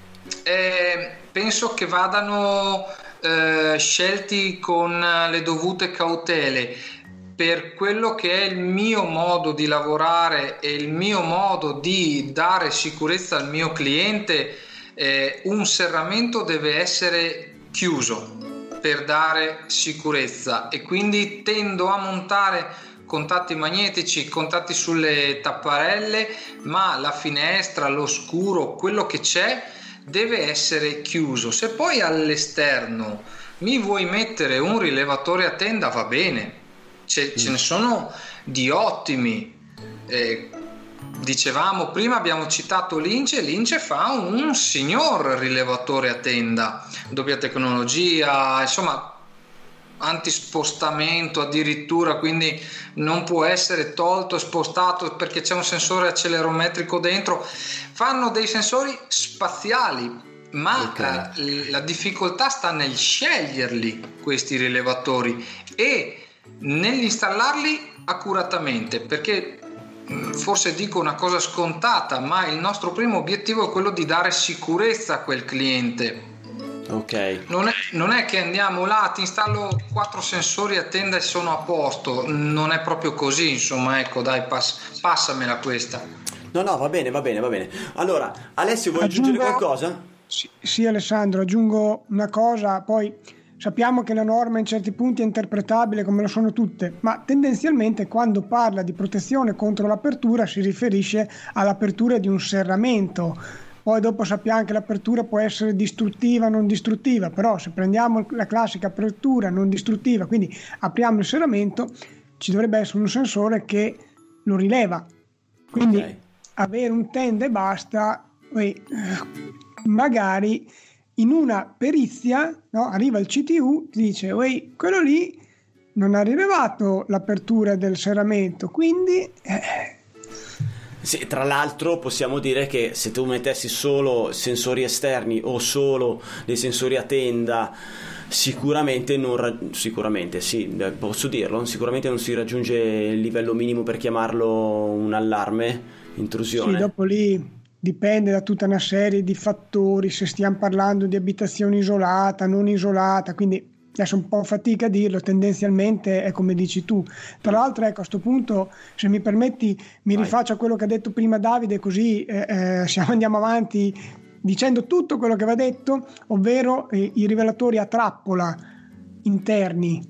Eh, penso che vadano eh, scelti con le dovute cautele. Per quello che è il mio modo di lavorare e il mio modo di dare sicurezza al mio cliente, eh, un serramento deve essere chiuso per dare sicurezza, e quindi tendo a montare contatti magnetici, contatti sulle tapparelle, ma la finestra, l'oscuro, quello che c'è deve essere chiuso. Se poi all'esterno mi vuoi mettere un rilevatore a tenda, va bene. Ce, ce ne sono di ottimi, eh, dicevamo prima, abbiamo citato Lince. Lince fa un signor rilevatore a tenda, doppia tecnologia, insomma antispostamento addirittura, quindi non può essere tolto e spostato perché c'è un sensore accelerometrico dentro. Fanno dei sensori spaziali, ma okay, la, la difficoltà sta nel sceglierli questi rilevatori e nell'installarli accuratamente, perché forse dico una cosa scontata, ma il nostro primo obiettivo è quello di dare sicurezza a quel cliente. Ok. Non è, non è che andiamo là, ti installo quattro sensori a tenda e sono a posto, non è proprio così, insomma, ecco, dai, pass- passamela questa. No, no, va bene, va bene, va bene. Allora, Alessio, vuoi aggiungo, aggiungere qualcosa? Sì, sì, Alessandro, aggiungo una cosa, poi sappiamo che la norma in certi punti è interpretabile come lo sono tutte, ma tendenzialmente quando parla di protezione contro l'apertura si riferisce all'apertura di un serramento. Poi dopo sappiamo che l'apertura può essere distruttiva o non distruttiva, però se prendiamo la classica apertura non distruttiva, quindi apriamo il serramento, ci dovrebbe essere un sensore che lo rileva. Quindi okay, avere un tenda e basta, poi magari in una perizia, no, arriva il C T U, ti dice: "Uè, quello lì non ha rilevato l'apertura del serramento", quindi eh. Sì, tra l'altro possiamo dire che se tu mettessi solo sensori esterni o solo dei sensori a tenda, sicuramente non sicuramente sì, posso dirlo, sicuramente non si raggiunge il livello minimo per chiamarlo un allarme intrusione. Sì, dopo lì dipende da tutta una serie di fattori, se stiamo parlando di abitazione isolata, non isolata, quindi adesso un po' fatica a dirlo, tendenzialmente è come dici tu. Tra l'altro, ecco, a questo punto, se mi permetti, mi Vai. rifaccio a quello che ha detto prima Davide, così eh, eh, andiamo avanti dicendo tutto quello che va detto, ovvero eh, i rivelatori a trappola interni.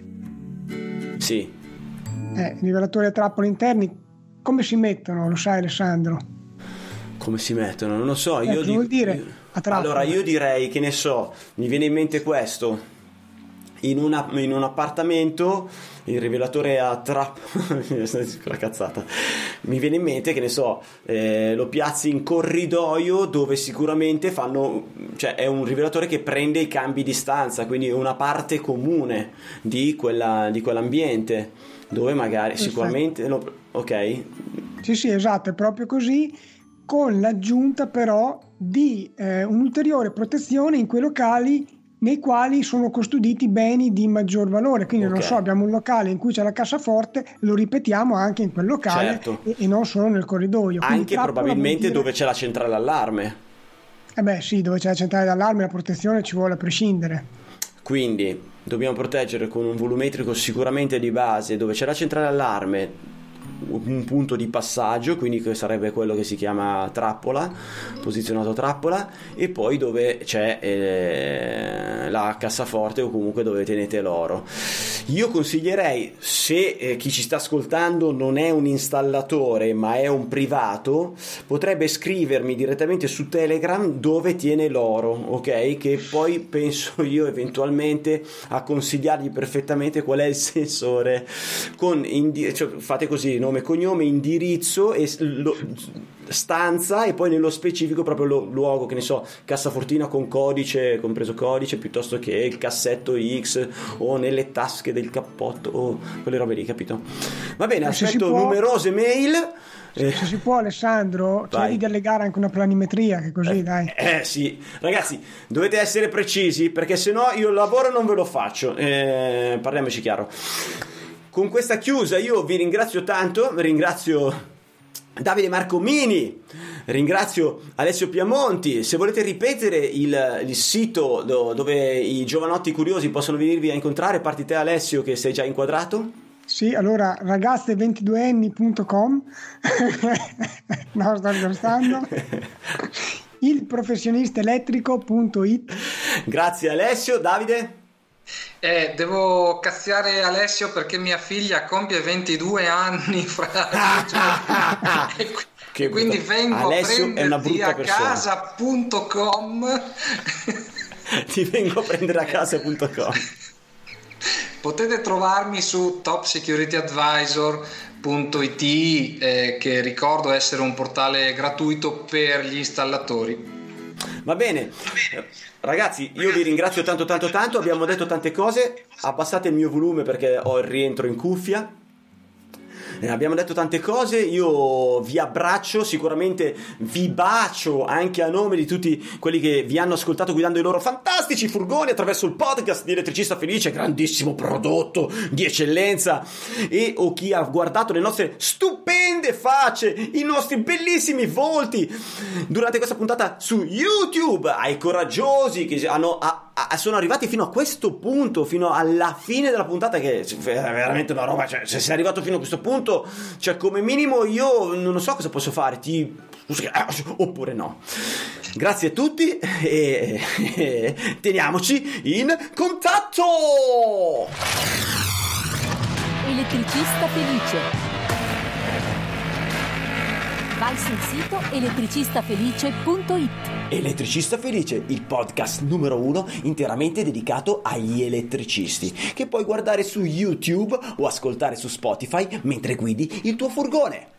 Sì. Eh, i rivelatori a trappola interni, come si mettono, lo sai Alessandro? Come si mettono? Non lo so. Eh, io cosa dico, vuol dire a trappola? Allora io direi, che ne so, mi viene in mente questo: in, una, in un appartamento il rivelatore a trappola la cazzata, mi viene in mente, che ne so, eh, lo piazzi in corridoio dove sicuramente fanno, cioè è un rivelatore che prende i cambi di stanza, quindi è una parte comune di quella di quell'ambiente dove magari Perfetto. sicuramente lo, ok? Sì, sì, esatto, è proprio così, con l'aggiunta però di eh, un'ulteriore protezione in quei locali nei quali sono custoditi beni di maggior valore, quindi okay. non so, abbiamo un locale in cui c'è la cassaforte, lo ripetiamo anche in quel locale, certo. e, e non solo nel corridoio. Anche probabilmente dire... dove c'è la centrale allarme. Eh beh sì, dove c'è la centrale d'allarme la protezione ci vuole a prescindere. Quindi dobbiamo proteggere con un volumetrico sicuramente di base, dove c'è la centrale allarme, un punto di passaggio, quindi che sarebbe quello che si chiama trappola, posizionato trappola, e poi dove c'è eh, la cassaforte o comunque dove tenete l'oro. Io consiglierei, se eh, chi ci sta ascoltando non è un installatore ma è un privato, potrebbe scrivermi direttamente su Telegram dove tiene l'oro, ok? Che poi penso io eventualmente a consigliargli perfettamente qual è il sensore, con indi- cioè, fate così, nome, cognome, indirizzo e lo, stanza, e poi nello specifico proprio lo luogo, che ne so, cassafortina con codice, compreso codice, piuttosto che il cassetto X, o nelle tasche del cappotto, o quelle robe lì, capito? Va bene, Ma aspetto può, numerose mail. Se, se si può, Alessandro, cerchi di allegare anche una planimetria, che così eh, dai. Eh sì, ragazzi, dovete essere precisi, perché sennò io il lavoro non ve lo faccio. Eh, parliamoci chiaro. Con questa chiusa io vi ringrazio tanto, ringrazio Davide Marcomini, ringrazio Alessio Piamonti. Se volete ripetere il, il sito do, dove i giovanotti curiosi possono venirvi a incontrare, parti te Alessio che sei già inquadrato. Sì, allora ragazze ventiduenni punto com no, sto scherzando. il professionista elettrico punto it. Grazie Alessio. Davide? Eh, devo cazziare Alessio perché mia figlia compie ventidue anni fra e, che e quindi brutta. vengo Alessio a prenderti a casa punto com. Ti vengo a prendere a casa punto com. Potete trovarmi su top security advisor punto it, eh, che ricordo essere un portale gratuito per gli installatori. Va bene, ragazzi, io vi ringrazio tanto tanto tanto, abbiamo detto tante cose, abbassate il mio volume perché ho il rientro in cuffia. Eh, abbiamo detto tante cose, io vi abbraccio, sicuramente vi bacio anche a nome di tutti quelli che vi hanno ascoltato guidando i loro fantastici furgoni attraverso il podcast di Elettricista Felice, grandissimo prodotto di eccellenza, e o chi ha guardato le nostre stupende facce, i nostri bellissimi volti durante questa puntata su YouTube, ai coraggiosi che hanno, a, a, sono arrivati fino a questo punto, fino alla fine della puntata, che è veramente una roba, cioè, se sei arrivato fino a questo punto, cioè come minimo io non so cosa posso fare, ti oppure no. Grazie a tutti e, e teniamoci in contatto. Elettricista Felice. Vai sul sito elettricista felice punto it. Elettricista Felice, il podcast numero uno interamente dedicato agli elettricisti, che puoi guardare su YouTube o ascoltare su Spotify mentre guidi il tuo furgone.